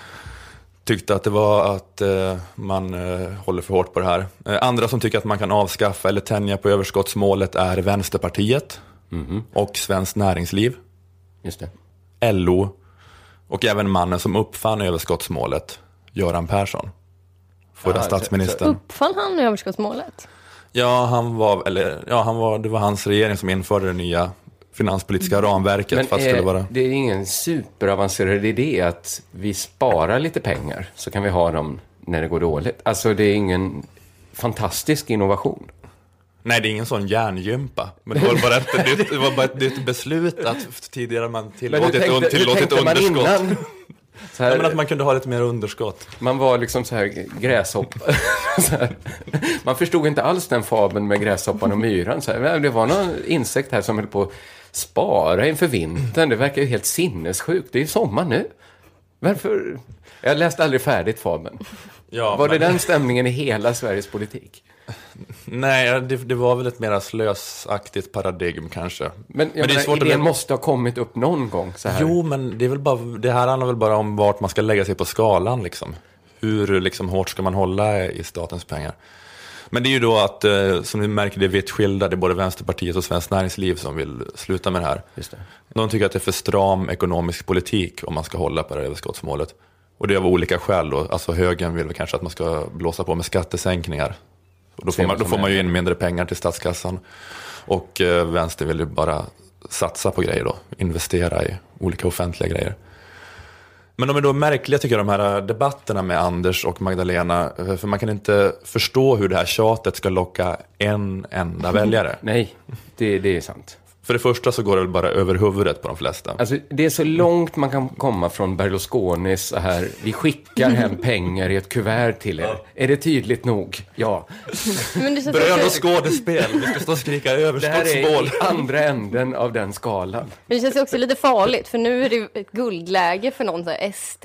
tyckte att det var att eh, man eh, håller för hårt på det här. Eh, andra som tycker att man kan avskaffa eller tänja på överskottsmålet är Vänsterpartiet Mm. och Svenskt Näringsliv. Just det. L O och även mannen som uppfann överskottsmålet, Göran Persson. Förra Ja, statsministern. Uppfann han överskottsmålet? Ja, han var, eller, ja, han var, det var hans regering som införde det nya finanspolitiska ramverket. Men för att är, skulle vara... det är ingen superavancerad idé att vi sparar lite pengar så kan vi ha dem när det går dåligt. Alltså det är ingen fantastisk innovation. Nej, det är ingen sån hjärngympa. Men det var bara ett, det, det var bara ett, ett beslut att tidigare man tillåtit, tänkte, tillåtit underskott. Så här, ja, men att man kunde ha lite mer underskott. Man var liksom så här gräshopp. så här. Man förstod inte alls den fabeln med gräshoppan och myran. Så här. Det var någon insekt här som höll på att spara inför vintern. Det verkar ju helt sinnessjukt. Det är ju sommar nu. Varför? Jag läste aldrig färdigt fabeln. Ja, var men... det den stämningen i hela Sveriges politik? Nej, det, det var väl ett mera slösaktigt paradigm kanske. Men, men det är menar, svårt idén att... måste ha kommit upp någon gång så här. Jo, men det, är väl bara, det här handlar väl bara om vart man ska lägga sig på skalan liksom. Hur liksom, hårt ska man hålla i statens pengar. Men det är ju då att, eh, som ni märker, det är vitt skilda. Det är både Vänsterpartiet och Svenskt Näringsliv som vill sluta med det här. Just det. De tycker att det är för stram ekonomisk politik om man ska hålla på det här överskottsmålet. Och det är av olika skäl då. Alltså högern vill väl kanske att man ska blåsa på med skattesänkningar. Och då får man, då får man ju in mindre pengar till statskassan. Och eh, vänster vill ju bara satsa på grejer då. Investera i olika offentliga grejer. Men de är då märkliga tycker jag, de här debatterna med Anders och Magdalena. För man kan inte förstå hur det här tjatet ska locka en enda väljare. Nej, det, det är sant. För det första så går det väl bara över huvudet på de flesta. Alltså, det är så långt man kan komma från Berlusconis så här. Vi skickar hem pengar i ett kuvert till er. Är det tydligt nog? Ja. Men det känns Brön och också... skådespel. Vi ska stå och skrika överskottsmål. Det här är i andra änden av den skalan. Men det känns också lite farligt. För nu är det ett guldläge för någon så här S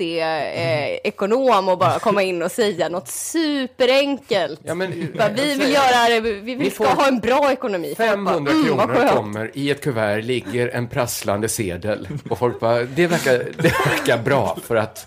D-ekonom eh, att bara komma in och säga något superenkelt. Ja, men, bara, vi vill göra vi, vi ska ha en bra ekonomi. femhundra bara, kronor mm, kommer i ett kuvert ligger en prasslande sedel. Och folk bara, det verkar, det verkar bra för att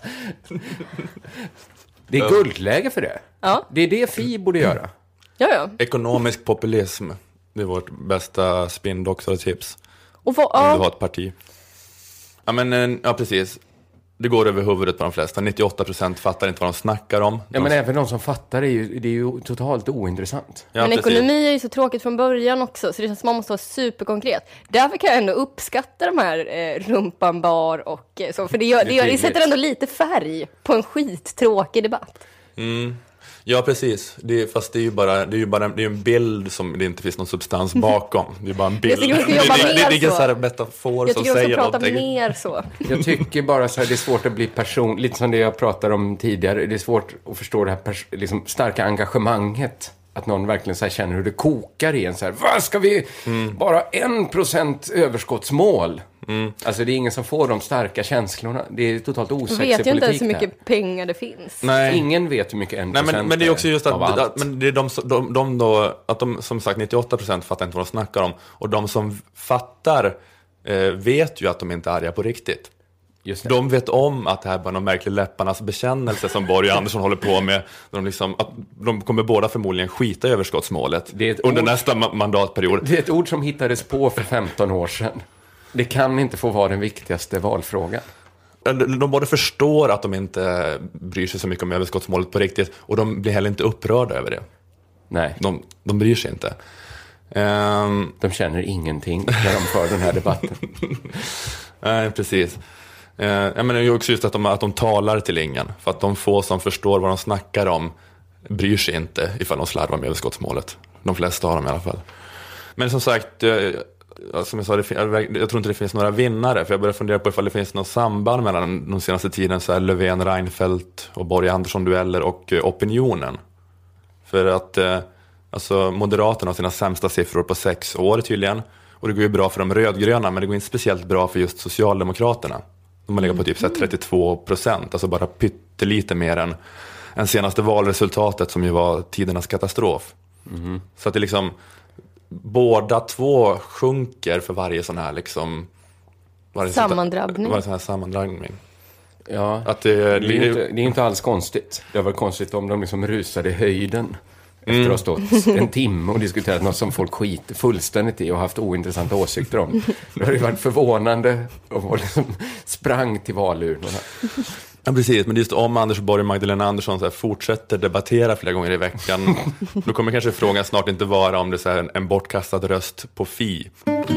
det är guldläge för det. Ja. Det är det Fi borde göra. Ja, ja. Ekonomisk populism. Det är vårt bästa spin-doktor-tips. Och vad, om ja. du har ett parti. Ja, men, ja, precis. Det går över huvudet på de flesta. nittioåtta procent fattar inte vad de snackar om. Ja, men även de som fattar är ju, det är ju totalt ointressant. Ja, men precis. ekonomi är ju så tråkigt från början också. Så det känns som man måste vara superkonkret. Därför kan jag ändå uppskatta de här eh, rumpanbar och eh, så. För det, gör, det, gör, det sätter ändå lite färg på en skittråkig debatt. Mm. Ja, precis. Det är, fast det är ju bara, det är ju bara det är en bild som det inte finns någon substans bakom. Det är bara en bild. Jag tycker det, jobba det, det, det är så. så här metafor jag som säger säger Jag tycker någonting. mer så. Jag tycker bara så här, det är svårt att bli person, lite som det jag pratade om tidigare. Det är svårt att förstå det här pers- liksom starka engagemanget. Att någon verkligen så här känner hur det kokar i en så här, vad ska vi, mm. bara en procent överskottsmål. Mm. Alltså det är ingen som får de starka känslorna. Det är totalt osexig politik. Du vet ju inte ens hur mycket där. pengar det finns. Nej. Ingen vet hur mycket en procent. Nej, men, men det är också just att, att men det är de, de, de då, att de som sagt nittioåtta procent fattar inte vad de snackar om. Och de som fattar eh, vet ju att de inte är arga på riktigt. Just det. De vet om att det här är bara någon märklig läpparnas bekännelse som Borg och Andersson håller på med. De, liksom, att de kommer båda förmodligen skita i överskottsmålet under ord, nästa ma- mandatperiod. Det är ett ord som hittades på för femton år sedan. Det kan inte få vara den viktigaste valfrågan. De, de både förstår att de inte bryr sig så mycket om överskottsmålet på riktigt. Och de blir heller inte upprörda över det. Nej. De, de bryr sig inte. Um, de känner ingenting när de för den här debatten. Nej, precis. Jag menar ju också just att de, att de talar till ingen. För att de få som förstår vad de snackar om bryr sig inte ifall de slarvar med överskottsmålet. De flesta har dem i alla fall. Men som sagt, som jag sa, det, jag tror inte det finns några vinnare. För jag börjar fundera på ifall det finns något samband mellan de senaste tiden så här Löfven, Reinfeldt och Borg Andersson-dueller och opinionen. För att alltså, Moderaterna har sina sämsta siffror på sex år tydligen. Och det går ju bra för de rödgröna, men det går inte speciellt bra för just Socialdemokraterna. De har legat på typ så här trettiotvå procent, alltså bara pyttelite mer än, än senaste valresultatet som ju var tidernas katastrof. Mm. Så att det liksom, båda två sjunker för varje sån här liksom... Varje sammandrabbning. Varje sån här sammandrabbning. Ja, att det, det, det, är inte, det är inte alls konstigt. Det var konstigt om de liksom rusade i höjden. Efter att ha stått en timme och diskuterat något som folk skiter fullständigt i och haft ointressanta åsikter om. Det har ju varit förvånande om folk liksom sprang till valurnorna. Ja, precis. Men just om Anders Borg och Magdalena Andersson så här fortsätter debattera flera gånger i veckan, då kommer kanske frågan snart inte vara om det är så här en bortkastad röst på Fi.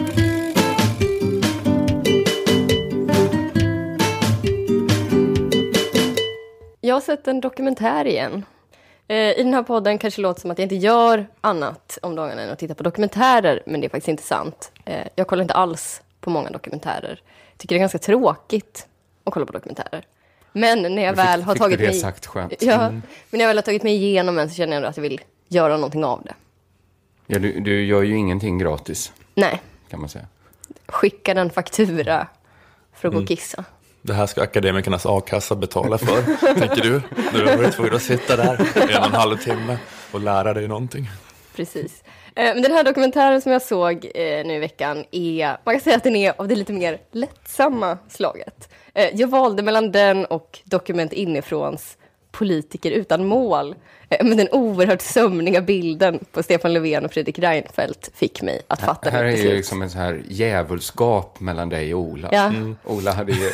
Jag har sett en dokumentär igen. I den här podden kanske det låter som att jag inte gör annat om dagarna än att titta på dokumentärer, men det är faktiskt inte sant. Jag kollar inte alls på många dokumentärer. Jag tycker det är ganska tråkigt att kolla på dokumentärer. Men när jag fick, väl har tagit det mig... sagt skönt. Ja, mm. men när jag väl har tagit mig igenom en så känner jag att jag vill göra någonting av det. Ja, du, du gör ju ingenting gratis. Nej. Kan man säga. Skicka en faktura för att mm. gå och kissa. Det här ska akademikernas a-kassa betala för, tänker du? Du har varit tvungen att sitta där en och en halv timme och lära dig någonting. Precis. Men den här dokumentären som jag såg nu i veckan är, man kan säga att den är av det lite mer lättsamma slaget. Jag valde mellan den och Dokument inifråns Politiker utan mål. Men den oerhört sömniga bilden på Stefan Löfven och Fredrik Reinfeldt fick mig att fatta här det. Här är ju liksom en så här djävulskap mellan dig och Ola. Ja. Mm. Ola hade ju...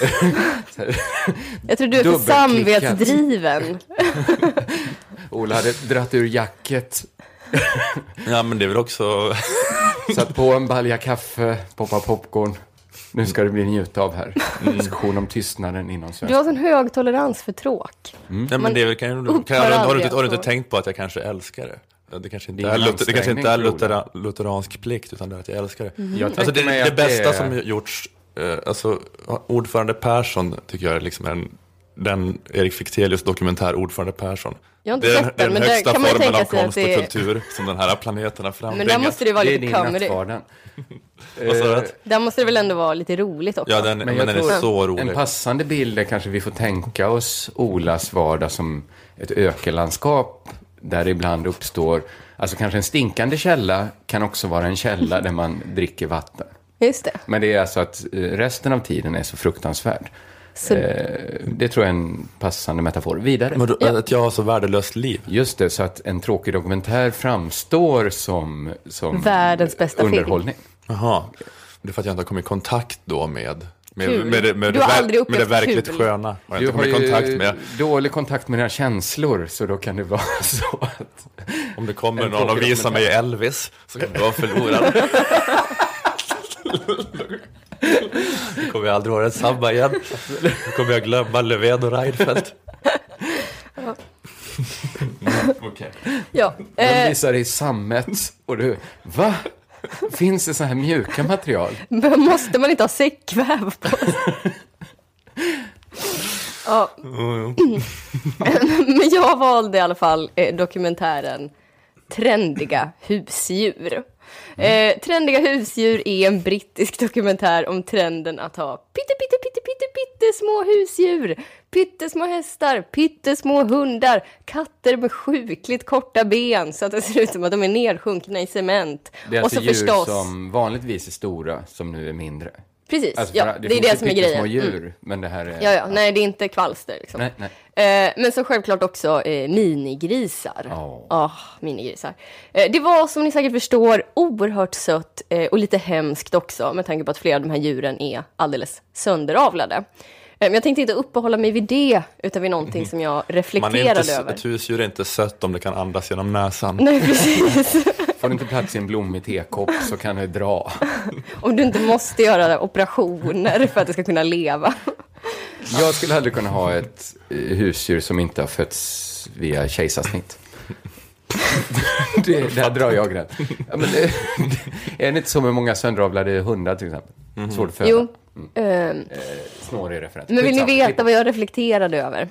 Jag tror du är för samvetsdriven. Ola hade dratt ur jacket. Ja, men det är väl också... Satt på en balja kaffe, poppa popcorn. Nu ska det bli njuta av här. Mm. Diskussion om tystnaden inom svensk. Du har sån hög tolerans för tråk. Mm. Ja, men det är väl, kan, kan, kan, har, har, du inte, har du inte tänkt på att jag kanske älskar det? Det kanske inte det är, är, luter, det kanske inte är luthera, lutheransk plikt, utan det är att jag älskar det. Mm. Jag alltså det, det bästa det... som gjorts, eh, alltså ordförande Persson tycker jag är liksom en, den Erik Fichtelius dokumentär Ordförande Persson. Jag har inte det är, sett det är den men högsta kan man formen av tänka konst och det... kultur som den här planeten har frambringat. Men där måste det vara lite comedy. uh, där måste det väl ändå vara lite roligt också. Ja, den, men, men den är så rolig. En passande bild är kanske vi får tänka oss Olas vardag som ett ökenlandskap där det ibland uppstår, alltså kanske en stinkande källa kan också vara en källa där man dricker vatten. Just det. Men det är alltså att resten av tiden är så fruktansvärd. Så... Det tror jag är en passande metafor. Vidare. Men ja. Att jag har så värdelöst liv. Just det, så att en tråkig dokumentär framstår som, som världens bästa underhållning. Jaha, det är för att jag inte har kommit i kontakt då med... Med, med, med, med, med, du har det, aldrig med det verkligt kul. Sköna. Jag du inte har ju kontakt med. dålig kontakt med dina känslor, så då kan det vara så att... Om det kommer någon och visar mig Elvis, så kan det vara förlorad. Då kommer jag aldrig vara samma igen. Då kommer jag glömma Löfven och Reinfeldt. Ja. Mm, okay. Ja, eh... De visar dig sammet och du, va? Finns det så här mjuka material? Måste man inte ha säckväv på sig? Ja. Men jag valde i alla fall eh, dokumentären Trendiga husdjur. Mm. Eh, Trendiga husdjur är en brittisk dokumentär om trenden att ha pitte, pitte, pitte, pitte, pitte små husdjur. Pyttesmå hästar, pyttesmå hundar, katter med sjukligt korta ben så att det ser ut som att de är nedsjunkna i cement. Det är och alltså så djur förstås... som vanligtvis är stora, som nu är mindre. Precis, alltså, ja, det, det är det som är grejen. Små djur, mm. men det här är... Ja, ja, nej, det är inte kvalster liksom. Nej, nej. Eh, men så självklart också eh, minigrisar. Ja, oh. oh, minigrisar. Eh, det var, som ni säkert förstår, oerhört sött eh, och lite hemskt också, med tanke på att flera av de här djuren är alldeles sönderavlade. Men jag tänkte inte uppehålla mig vid det, utan vid någonting mm. som jag reflekterade Man är inte, över. Ett husdjur är inte sött om det kan andas genom näsan. Nej, precis. Får du inte plats i en blommig tekopp så kan det dra. Om du inte måste göra operationer för att det ska kunna leva. Jag skulle aldrig kunna ha ett husdjur som inte har fötts via kejsarsnitt. det, där drar jag gräns. Ja, men det, det, är det inte så med många söndravlade hundar till exempel? Mm. Svårt att föda. Jo. Mm. Um, eh, snårig referens. Men vill ni veta vad jag reflekterade över?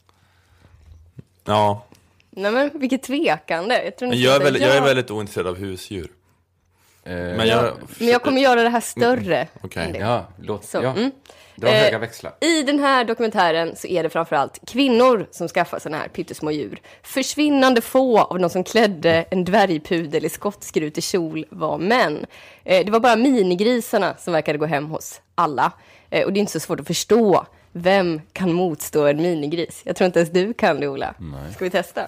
Ja. Nej men vilket tvekande. Jag, tror men jag, är väldigt, jag är väldigt ointresserad av husdjur. Eh, men, jag, men jag kommer göra det här större. Mm. Okej, okay. ja, låt så, ja. Mm. Dra eh, höga växlar. I den här dokumentären så är det framförallt kvinnor som skaffar såna här pyttesmå djur. Försvinnande få av de som klädde en dvärgpudel i skottskrutig kjol var män. Eh, det var bara minigrisarna som verkade gå hem hos alla. Eh, och det är inte så svårt att förstå. Vem kan motstå en minigris? Jag tror inte ens du kan det, Ola. Nej. Ska vi testa?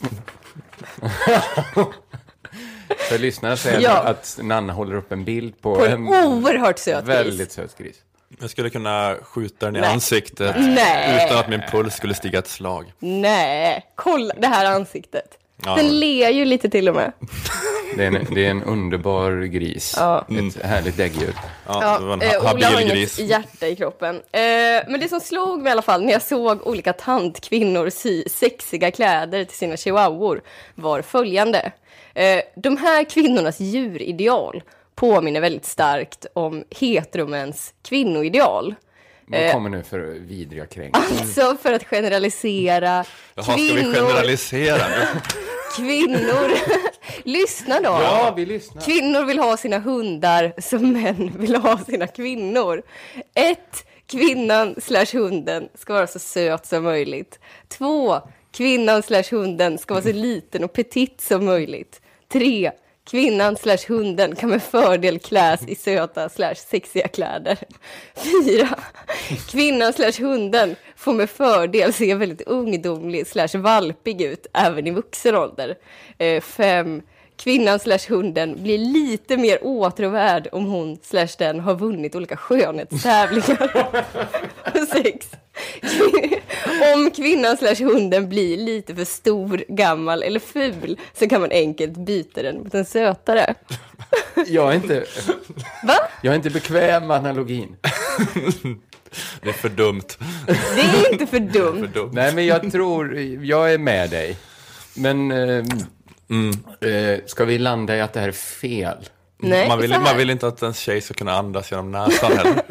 För lyssnarna säger ja. att Nanna håller upp en bild på, på en, en oerhört söt gris. Väldigt söt gris. Jag skulle kunna skjuta den i Nej. ansiktet Nej. utan att min puls skulle stiga ett slag. Nej, kolla det här ansiktet. Ja. Den ler ju lite till och med. Det är en, det är en underbar gris. Ja. Ett härligt däggdjur. Ja, ja, det var en eh, habil Ola har gris. inget hjärta i kroppen. Eh, men det som slog mig i alla fall när jag såg olika tantkvinnor sy sexiga kläder till sina chihuahuor var följande. Eh, de här kvinnornas djurideal påminner väldigt starkt om heteromens kvinnoideal. Vad kommer nu för vidriga kränkningar? Alltså för att generalisera Jaha, kvinnor. ska vi generalisera? Kvinnor. Lyssna då. Ja, vi lyssnar. Kvinnor vill ha sina hundar som män vill ha sina kvinnor. Ett, kvinnan slash hunden ska vara så söt som möjligt. Två, kvinnan slash hunden ska vara så liten och petit som möjligt. Tre, kvinnan slash hunden kan med fördel kläs i söta slash sexiga kläder. Fyra, kvinnan slash hunden får med fördel se väldigt ungdomlig slash valpig ut även i vuxen ålder. Eh, fem, kvinnan slash hunden blir lite mer åtråvärd om hon slash den har vunnit olika skönhetstävlingar. Sex, om kvinnan slash hunden blir lite för stor, gammal eller ful så kan man enkelt byta den mot en sötare. Jag är inte, Va? Jag är inte bekväm med analogin. Det är för dumt. Det är inte för dumt. Det är för dumt. Nej, men jag tror, jag är med dig. Men eh, mm. eh, ska vi landa i att det här är fel? Nej, man, vill, man vill inte att en tjej ska kunna andas genom näsan heller.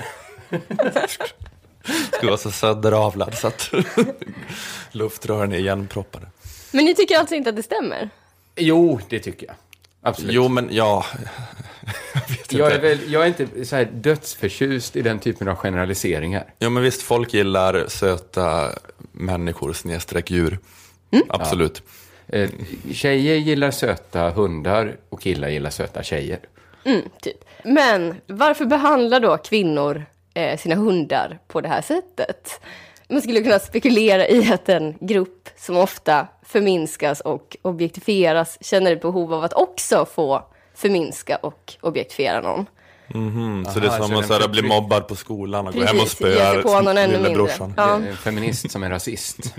Skulle vara så söderavlad så att luftrören är igenproppade. Men ni tycker alltså inte att det stämmer? Jo, det tycker jag. Absolut. Jo, men ja. jag, vet jag, är väl, jag är inte så här dödsförtjust i den typen av generaliseringar. Jo, men visst, folk gillar söta människor snedsträck djur. Mm. Absolut. Ja. Eh, tjejer gillar söta hundar och killar gillar söta tjejer. Mm, typ. Men varför behandlar då kvinnor eh, sina hundar på det här sättet? Man skulle kunna spekulera i att en grupp som ofta förminskas och objektifieras känner ett behov av att också få förminska och objektifiera någon. Mm-hmm. Så Aha, det är som så att för... bli mobbad på skolan och Precis, gå hem och spöa på någon ännu mindre. brorsan. Ja. En feminist som är rasist.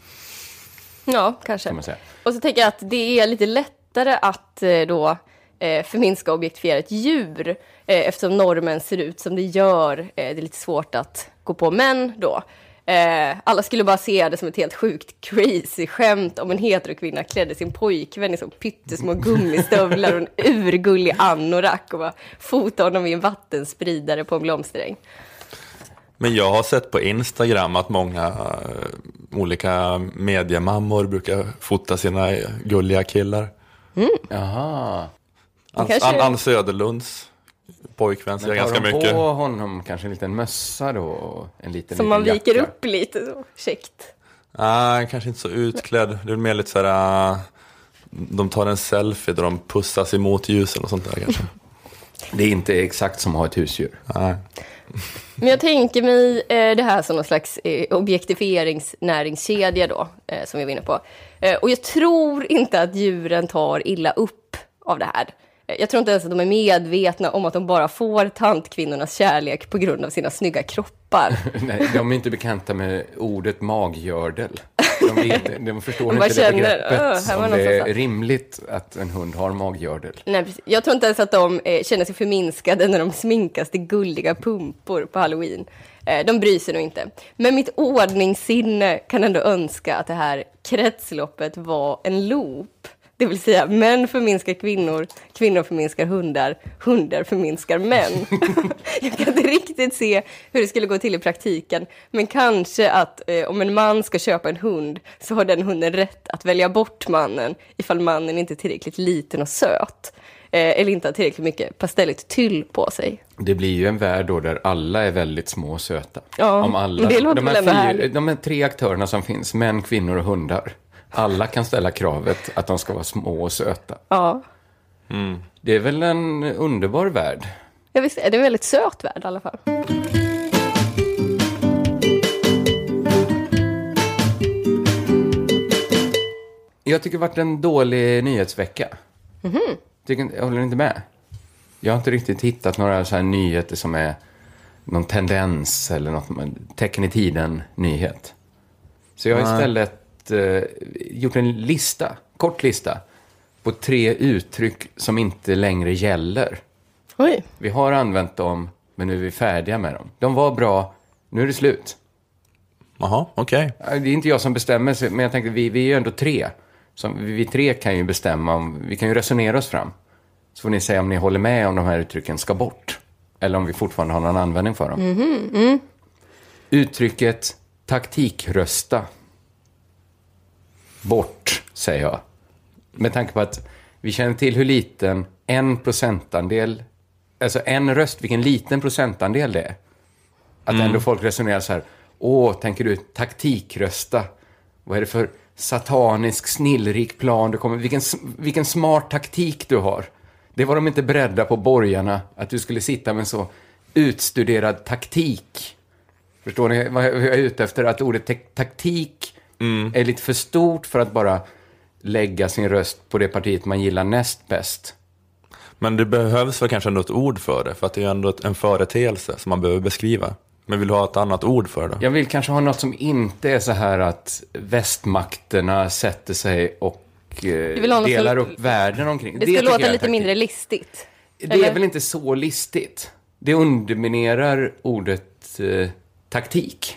Ja, kanske. Och så tänker jag att det är lite lättare att då eh, förminska och objektifiera ett djur eh, eftersom normen ser ut som det gör. Eh, det är lite svårt att gå på män då. Eh, alla skulle bara se det som ett helt sjukt crazy skämt om en heterokvinna klädde sin pojkvän i så pyttesmå gummistövlar och en urgullig anorak och bara fota honom i en vattenspridare på en blomsteräng. Men jag har sett på Instagram att många uh, olika mediemammor brukar fota sina gulliga killar. Mm. Jaha. Ann kanske... Ann Söderlunds pojkvän ser ganska mycket. Men tar på honom kanske en liten mössa då? En liten, som liten man viker jacka. upp lite så, käckt. Nej, ah, kanske inte så utklädd. Det är mer lite så här... Uh, de tar en selfie där de pussas emot ljusen och sånt där kanske. Det är inte exakt som att ha ett husdjur. Nej. Men jag tänker mig eh, det här som någon slags eh, objektiferingsnäringskedja då, eh, som vi var inne på. Eh, och jag tror inte att djuren tar illa upp av det här. Eh, jag tror inte ens att de är medvetna om att de bara får tantkvinnornas kärlek på grund av sina snygga kroppar. Nej, de är inte bekanta med ordet maggördel. De, vet, de förstår de inte känner, det begreppet uh, om det är rimligt att en hund har maggördel. Nej, precis. Jag tror inte ens att de eh, känner sig förminskade när de sminkas till gulliga pumpor på Halloween. Eh, de bryr sig nog inte. Men mitt ordningssinne kan ändå önska att det här kretsloppet var en loop. Det vill säga, män förminskar kvinnor, kvinnor förminskar hundar, hundar förminskar män. Jag kan inte riktigt se hur det skulle gå till i praktiken. Men kanske att eh, om en man ska köpa en hund så har den hunden rätt att välja bort mannen ifall mannen inte är tillräckligt liten och söt. Eh, eller inte har tillräckligt mycket pastelligt tyll på sig. Det blir ju en värld då där alla är väldigt små och söta. Ja, om alla, det låter de, väl här ändå fyra, de här tre aktörerna som finns, män, kvinnor och hundar. Alla kan ställa kravet att de ska vara små och söta. Ja. Mm. Det är väl en underbar värld. Ja, visst, det är en väldigt söt värld i alla fall. Jag tycker det har varit en dålig nyhetsvecka. Mm-hmm. Tycker, jag håller inte med. Jag har inte riktigt hittat några så här nyheter som är någon tendens eller något tecken i tiden nyhet. Så jag har istället eh, gjort en lista, kort lista på tre uttryck som inte längre gäller. Oj. Vi har använt dem, men nu är vi färdiga med dem. De var bra, nu är det slut. Jaha, okej. Okay. Det är inte jag som bestämmer, men jag tänkte vi, vi är ju ändå tre. Så vi, vi tre kan ju bestämma, om, vi kan ju resonera oss fram. Så får ni säga om ni håller med om de här uttrycken ska bort. Eller om vi fortfarande har någon användning för dem. Mm-hmm. Mm. Uttrycket taktikrösta. Bort, säger jag. Med tanke på att vi känner till hur liten en procentandel, alltså en röst, vilken liten procentandel det är. Att Mm. ändå folk resonerar så här, åh, tänker du taktikrösta? Vad är det för satanisk, snillrik plan du kommer, vilken, vilken smart taktik du har. Det var de inte beredda på, borgarna, att du skulle sitta med en så utstuderad taktik. Förstår ni vad jag är ute efter? Att ordet te- taktik mm. är lite för stort för att bara lägga sin röst på det partiet man gillar näst bäst. Men det behövs väl kanske ändå ett ord för det, för att det är ändå en företeelse som man behöver beskriva. Men vill du ha ett annat ord för det? Jag vill kanske ha något som inte är så här att västmakterna sätter sig och eh, delar upp världen omkring. Det, det skulle låta lite mindre listigt. Det eller? Är väl inte så listigt. Det underminerar ordet eh, taktik.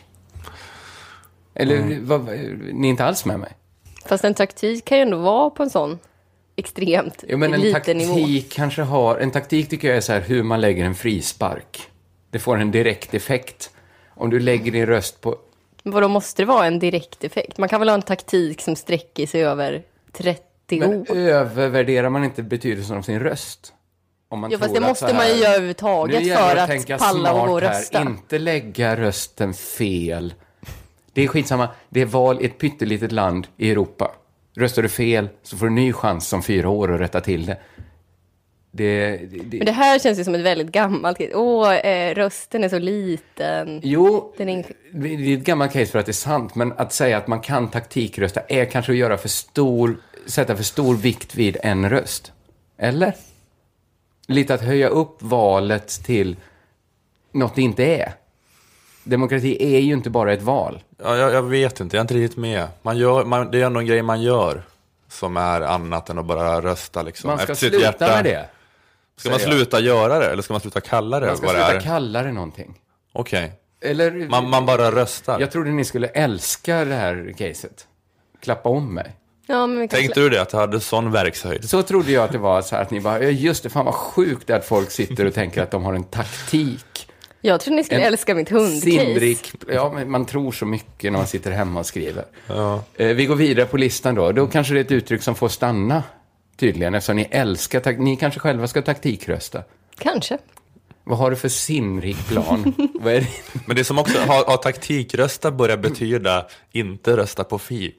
Eller mm. vad, ni är inte alls med mig? Fast en taktik kan ju ändå vara på en sån extremt ja, men en liten nivå. Taktik kanske har, en taktik tycker jag är så här hur man lägger en frispark. Det får en direkt effekt. Om du lägger din röst på... Vadå, måste det vara en direkt effekt? Man kan väl ha en taktik som sträcker sig över trettio men år. Övervärderar man inte betydelsen av sin röst? Om man ja, fast det måste här, man ju göra överhuvudtaget för att, att palla och gå och rösta. Här, inte lägga rösten fel. Det är skitsamma. Det är val i ett pyttelitet land i Europa. Röstar du fel så får du en ny chans om fyra år att rätta till det. Det, det, Men det här känns ju som ett väldigt gammalt case. Åh, eh, rösten är så liten. Jo, Den är... det är ett gammalt case för att det är sant. Men att säga att man kan taktikrösta är kanske att göra för stor, sätta för stor vikt vid en röst. Eller? Lite att höja upp valet till något det inte är. Demokrati är ju inte bara ett val. Ja, jag, jag vet inte, jag är inte riktigt med. Man gör, man, det är ändå en grej man gör som är annat än att bara rösta. Liksom, man ska efter sluta hjärta. med det. Ska man sluta jag. göra det? Eller ska man sluta kalla det? Man ska vad sluta det är? kalla det någonting. Okej. Okay. Eller man, man bara röstar. Jag trodde ni skulle älska det här caset. Klappa om mig. Ja, men tänkte du det, att du hade sån verkshöjd? Så trodde jag att det var så här att ni bara, just det, fan vad sjukt att folk sitter och tänker att de har en taktik. Jag tror ni skulle en älska mitt hundcase. Sindrik, ja, men man tror så mycket när man sitter hemma och skriver. Ja. Eh, vi går vidare på listan då. Då kanske det är ett uttryck som får stanna, tydligen, eftersom ni älskar, tak- ni kanske själva ska taktikrösta. Kanske. Vad har du för sinnrik plan? Vad är det? Men det som också har, har taktikrösta börjar betyda inte rösta på Fi.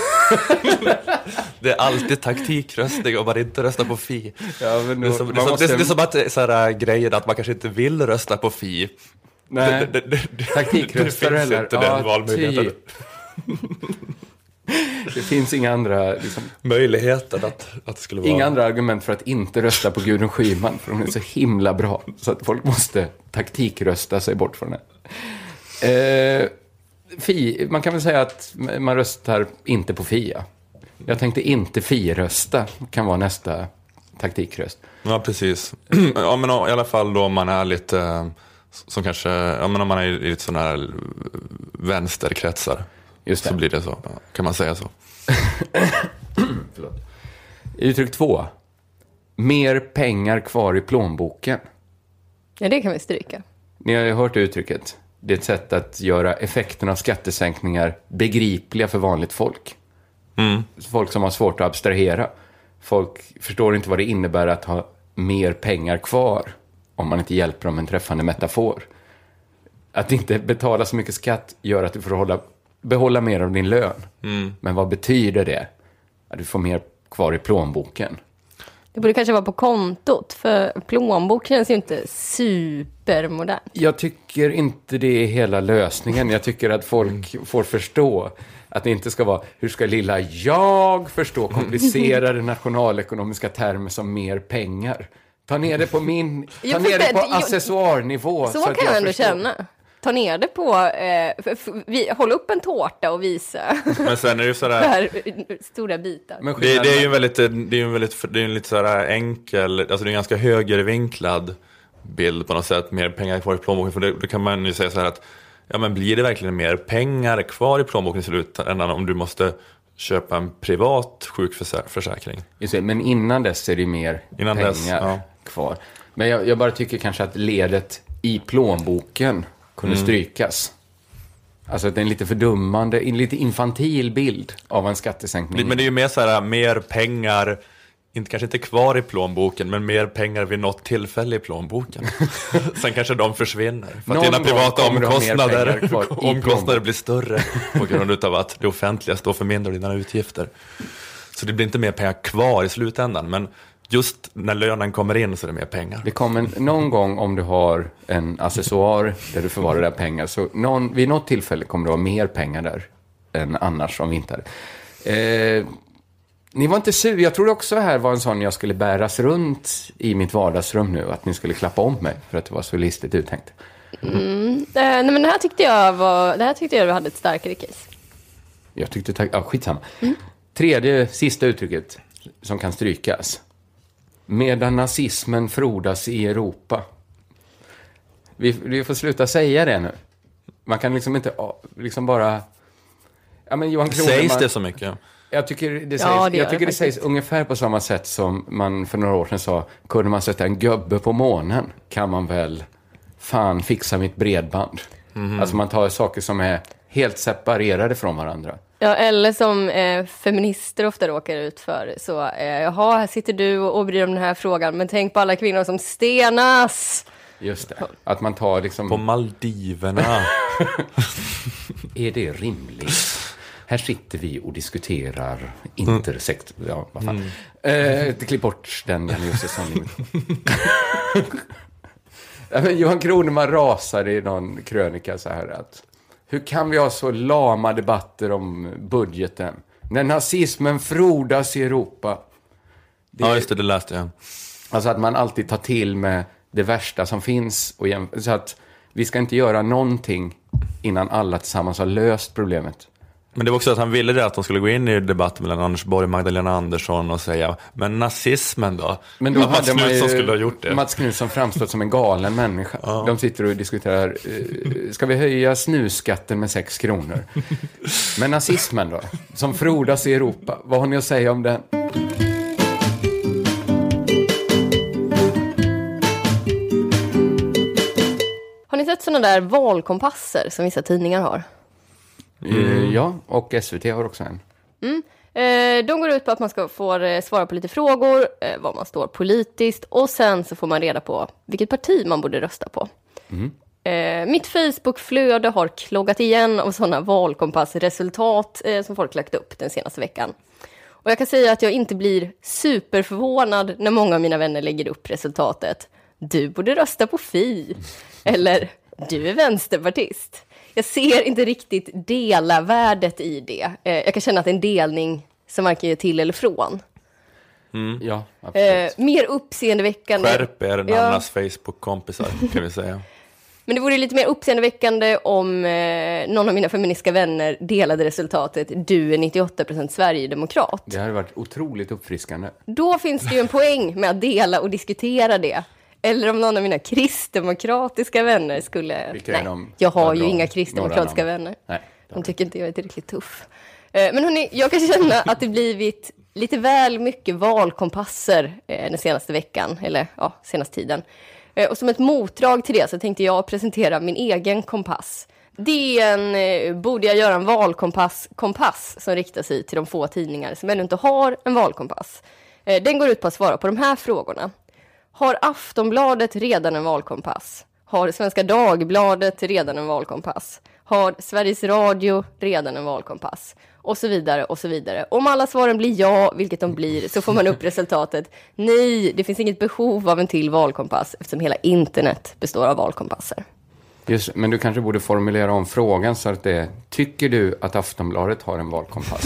Det är alltid taktikröstning om man inte röstar på Fi. Ja, men då, det, är som, det, är som, måste... det är som att så här, grejen att man kanske inte vill rösta på Fi. Nej, det, det, det, taktikröstare det finns eller? inte Ja, den valmöjligheten. Typ. Det finns inga andra liksom, möjligheten att, att det skulle vara... Inga andra argument för att inte rösta på Gudrun Schyman, för hon är så himla bra så att folk måste taktikrösta sig bort från det. Eh, fi, man kan väl säga att man röstar inte på Fia. Jag tänkte inte Fi-rösta kan vara nästa taktikröst. Ja, precis. Ja, men i alla fall då man är lite som kanske, ja men om man är i lite sådana här vänsterkretsar. Just det. Så blir det så, kan man säga så. Förlåt. Uttryck två. Mer pengar kvar i plånboken. Ja, det kan vi stryka. Ni har ju hört uttrycket. Det är ett sätt att göra effekterna av skattesänkningar begripliga för vanligt folk. Mm. Folk som har svårt att abstrahera. Folk förstår inte vad det innebär att ha mer pengar kvar om man inte hjälper dem med en träffande metafor. Att inte betala så mycket skatt gör att du får hålla, behålla mer av din lön. Mm. Men vad betyder det? Att du får mer kvar i plånboken. Det borde kanske vara på kontot, för plånbok känns ju inte supermodern. Jag tycker inte det är hela lösningen. Jag tycker att folk får förstå att det inte ska vara, hur ska lilla jag förstå komplicerade nationalekonomiska termer som mer pengar. Ta ner det på min, ta ner det på accessoarnivå. Så, så kan jag, jag ändå förstår. känna. Ta ner det på, eh, för, för, vi, hålla upp en tårta och visa. Men sen är det ju sådär, här, stora bitar. Men det, det är ju en väldigt, det är ju en väldigt, det är en lite sådär enkel, alltså det är en ganska högervinklad bild på något sätt, mer pengar kvar i plånboken. För det, då kan man ju säga så här att, ja men blir det verkligen mer pengar kvar i plånboken i slutändan om du måste köpa en privat sjukförsäkring? Just det, men innan dess är det mer innan pengar dess, ja. kvar. Men jag, jag bara tycker kanske att ledet i plånboken kunde Mm. strykas. Alltså att det är en lite fördummande, en lite infantil bild av en skattesänkning. Men det är ju mer så här, mer pengar, inte, kanske inte kvar i plånboken, men mer pengar vid något tillfälle i plånboken. Sen kanske de försvinner. För att dina privata omkostnader, omkostnader blir större på grund av att det offentliga står för mindre av dina utgifter. Så det blir inte mer pengar kvar i slutändan, men just när lönen kommer in så är det mer pengar. Det kommer någon gång om du har en accessoar där du förvarar där pengar. Så någon, vid något tillfälle kommer det vara mer pengar där än annars om vi inte hade. Eh, ni var inte sur. Jag tror också här var en sån jag skulle bäras runt i mitt vardagsrum nu. Att ni skulle klappa om mig för att det var så listigt uttänkt. Mm. Eh, nej, men det här tyckte jag var, det här tyckte jag hade ett starkare case. Jag tyckte, ta- ja, skitsamma. Mm. Tredje, sista uttrycket som kan strykas. Medan nazismen frodas i Europa. Vi, vi får sluta säga det nu. Man kan liksom inte liksom bara... Ja, men Johan Kroneman, sägs det så mycket? Jag tycker det sägs, ja, det jag tycker det, det sägs ungefär på samma sätt som man för några år sedan sa, kunde man sätta en gubbe på månen kan man väl fan fixa mitt bredband. Mm-hmm. Alltså man tar saker som är helt separerade från varandra. Ja, eller som eh, feminister ofta råkar ut för. Så, eh, jaha, här sitter du och, och bryr om den här frågan. Men tänk på alla kvinnor som stenas. Just det. Att man tar liksom... På Maldiverna. Är det rimligt? Här sitter vi och diskuterar intersekt... Ja, vad fan. Mm. Eh, klipp bort den, Janne Josefsson. Ja, men Johan Kroneman rasade i någon krönika så här att... Hur kan vi ha så lama debatter om budgeten? När nazismen frodas i Europa. Det, ja, just det, det läste jag. Alltså att man alltid tar till med det värsta som finns. Och jäm- så att vi ska inte göra någonting innan alla tillsammans har löst problemet. Men det var också att han ville det, att de skulle gå in i debatten mellan Anders Borg och Magdalena Andersson och säga, men nazismen då? Men då Mats hade man ju, skulle ha gjort det. Mats Knutsson framstått som en galen människa. Ja. De sitter och diskuterar, uh, ska vi höja snusskatten med sex kronor? Men nazismen då, som frodas i Europa, vad har ni att säga om den? Har ni sett sådana där valkompasser som vissa tidningar har? Mm. Ja, och S V T har också en. Mm. Eh, de går ut på att man ska få eh, svara på lite frågor, eh, var man står politiskt, och sen så får man reda på vilket parti man borde rösta på. Mm. Eh, mitt Facebook-flöde har kloggat igen av sådana valkompassresultat eh, som folk lagt upp den senaste veckan. Och jag kan säga att jag inte blir superförvånad när många av mina vänner lägger upp resultatet. Du borde rösta på Fi. Eller, du är vänsterpartist. Jag ser inte riktigt dela värdet i det. Eh, jag kan känna att det är en delning som varken är till eller från. Mm. Ja, absolut. Eh, mer uppseendeväckande. Skärp er en ja. annans Facebook-kompisar, kan vi säga. Men det vore lite mer uppseendeväckande om eh, någon av mina feministiska vänner delade resultatet. Du är nittioåtta procent Sverigedemokrat. Det hade varit otroligt uppfriskande. Då finns det ju en poäng med att dela och diskutera det. Eller om någon av mina kristdemokratiska vänner skulle... Vilka Nej, är de? jag har Ja, ju bra. inga kristdemokratiska Några namn. vänner. Nej. De tycker inte jag är tillräckligt tuff. Eh, Men hörni, jag kan känna att det blivit lite väl mycket valkompasser eh, den senaste veckan, eller ja, senaste tiden. Eh, Och som ett motdrag till det så tänkte jag presentera min egen kompass. Det är en, eh, borde jag göra en valkompass kompass som riktar sig till de få tidningar som ännu inte har en valkompass. Eh, Den går ut på att svara på de här frågorna. Har Aftonbladet redan en valkompass? Har Svenska Dagbladet redan en valkompass? Har Sveriges Radio redan en valkompass? Och så vidare och så vidare. Om alla svaren blir ja, vilket de blir, så får man upp resultatet. Nej, det finns inget behov av en till valkompass eftersom hela internet består av valkompasser. Just, men du kanske borde formulera om frågan så att det är, tycker du att Aftonbladet har en valkompass?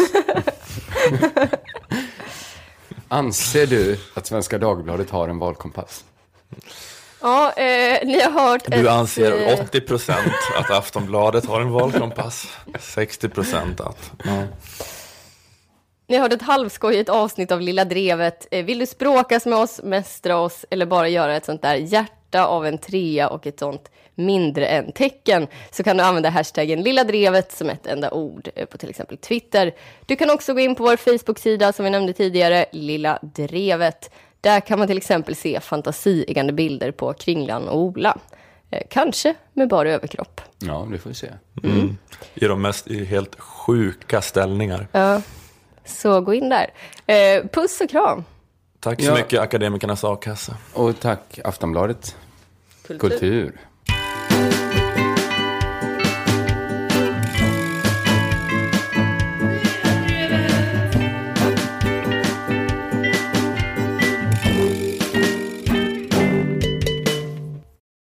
Anser du att Svenska Dagbladet har en valkompass? Ja, eh, ni har hört... Du ett, anser eh, åttio procent att Aftonbladet har en valkompass, sextio procent att... Ja. Ni har hört ett halvskojigt avsnitt av Lilla Drevet. Eh, Vill du språkas med oss, mästra oss eller bara göra ett sånt där hjärta av en trea och ett sånt mindre än tecken, så kan du använda hashtaggen Lilla Drevet som ett enda ord eh, på till exempel Twitter. Du kan också gå in på vår Facebook-sida som vi nämnde tidigare, Lilla Drevet. Där kan man till exempel se fantasiigande bilder på Kringlan och Ola. Eh, kanske med bara överkropp. Ja, det får vi se. Mm. I de mest i helt sjuka ställningar. Ja, så gå in där. Eh, puss och kram. Tack så Ja. mycket, Akademikernas A-kassa. Och tack Aftonbladet. Kultur. Kultur.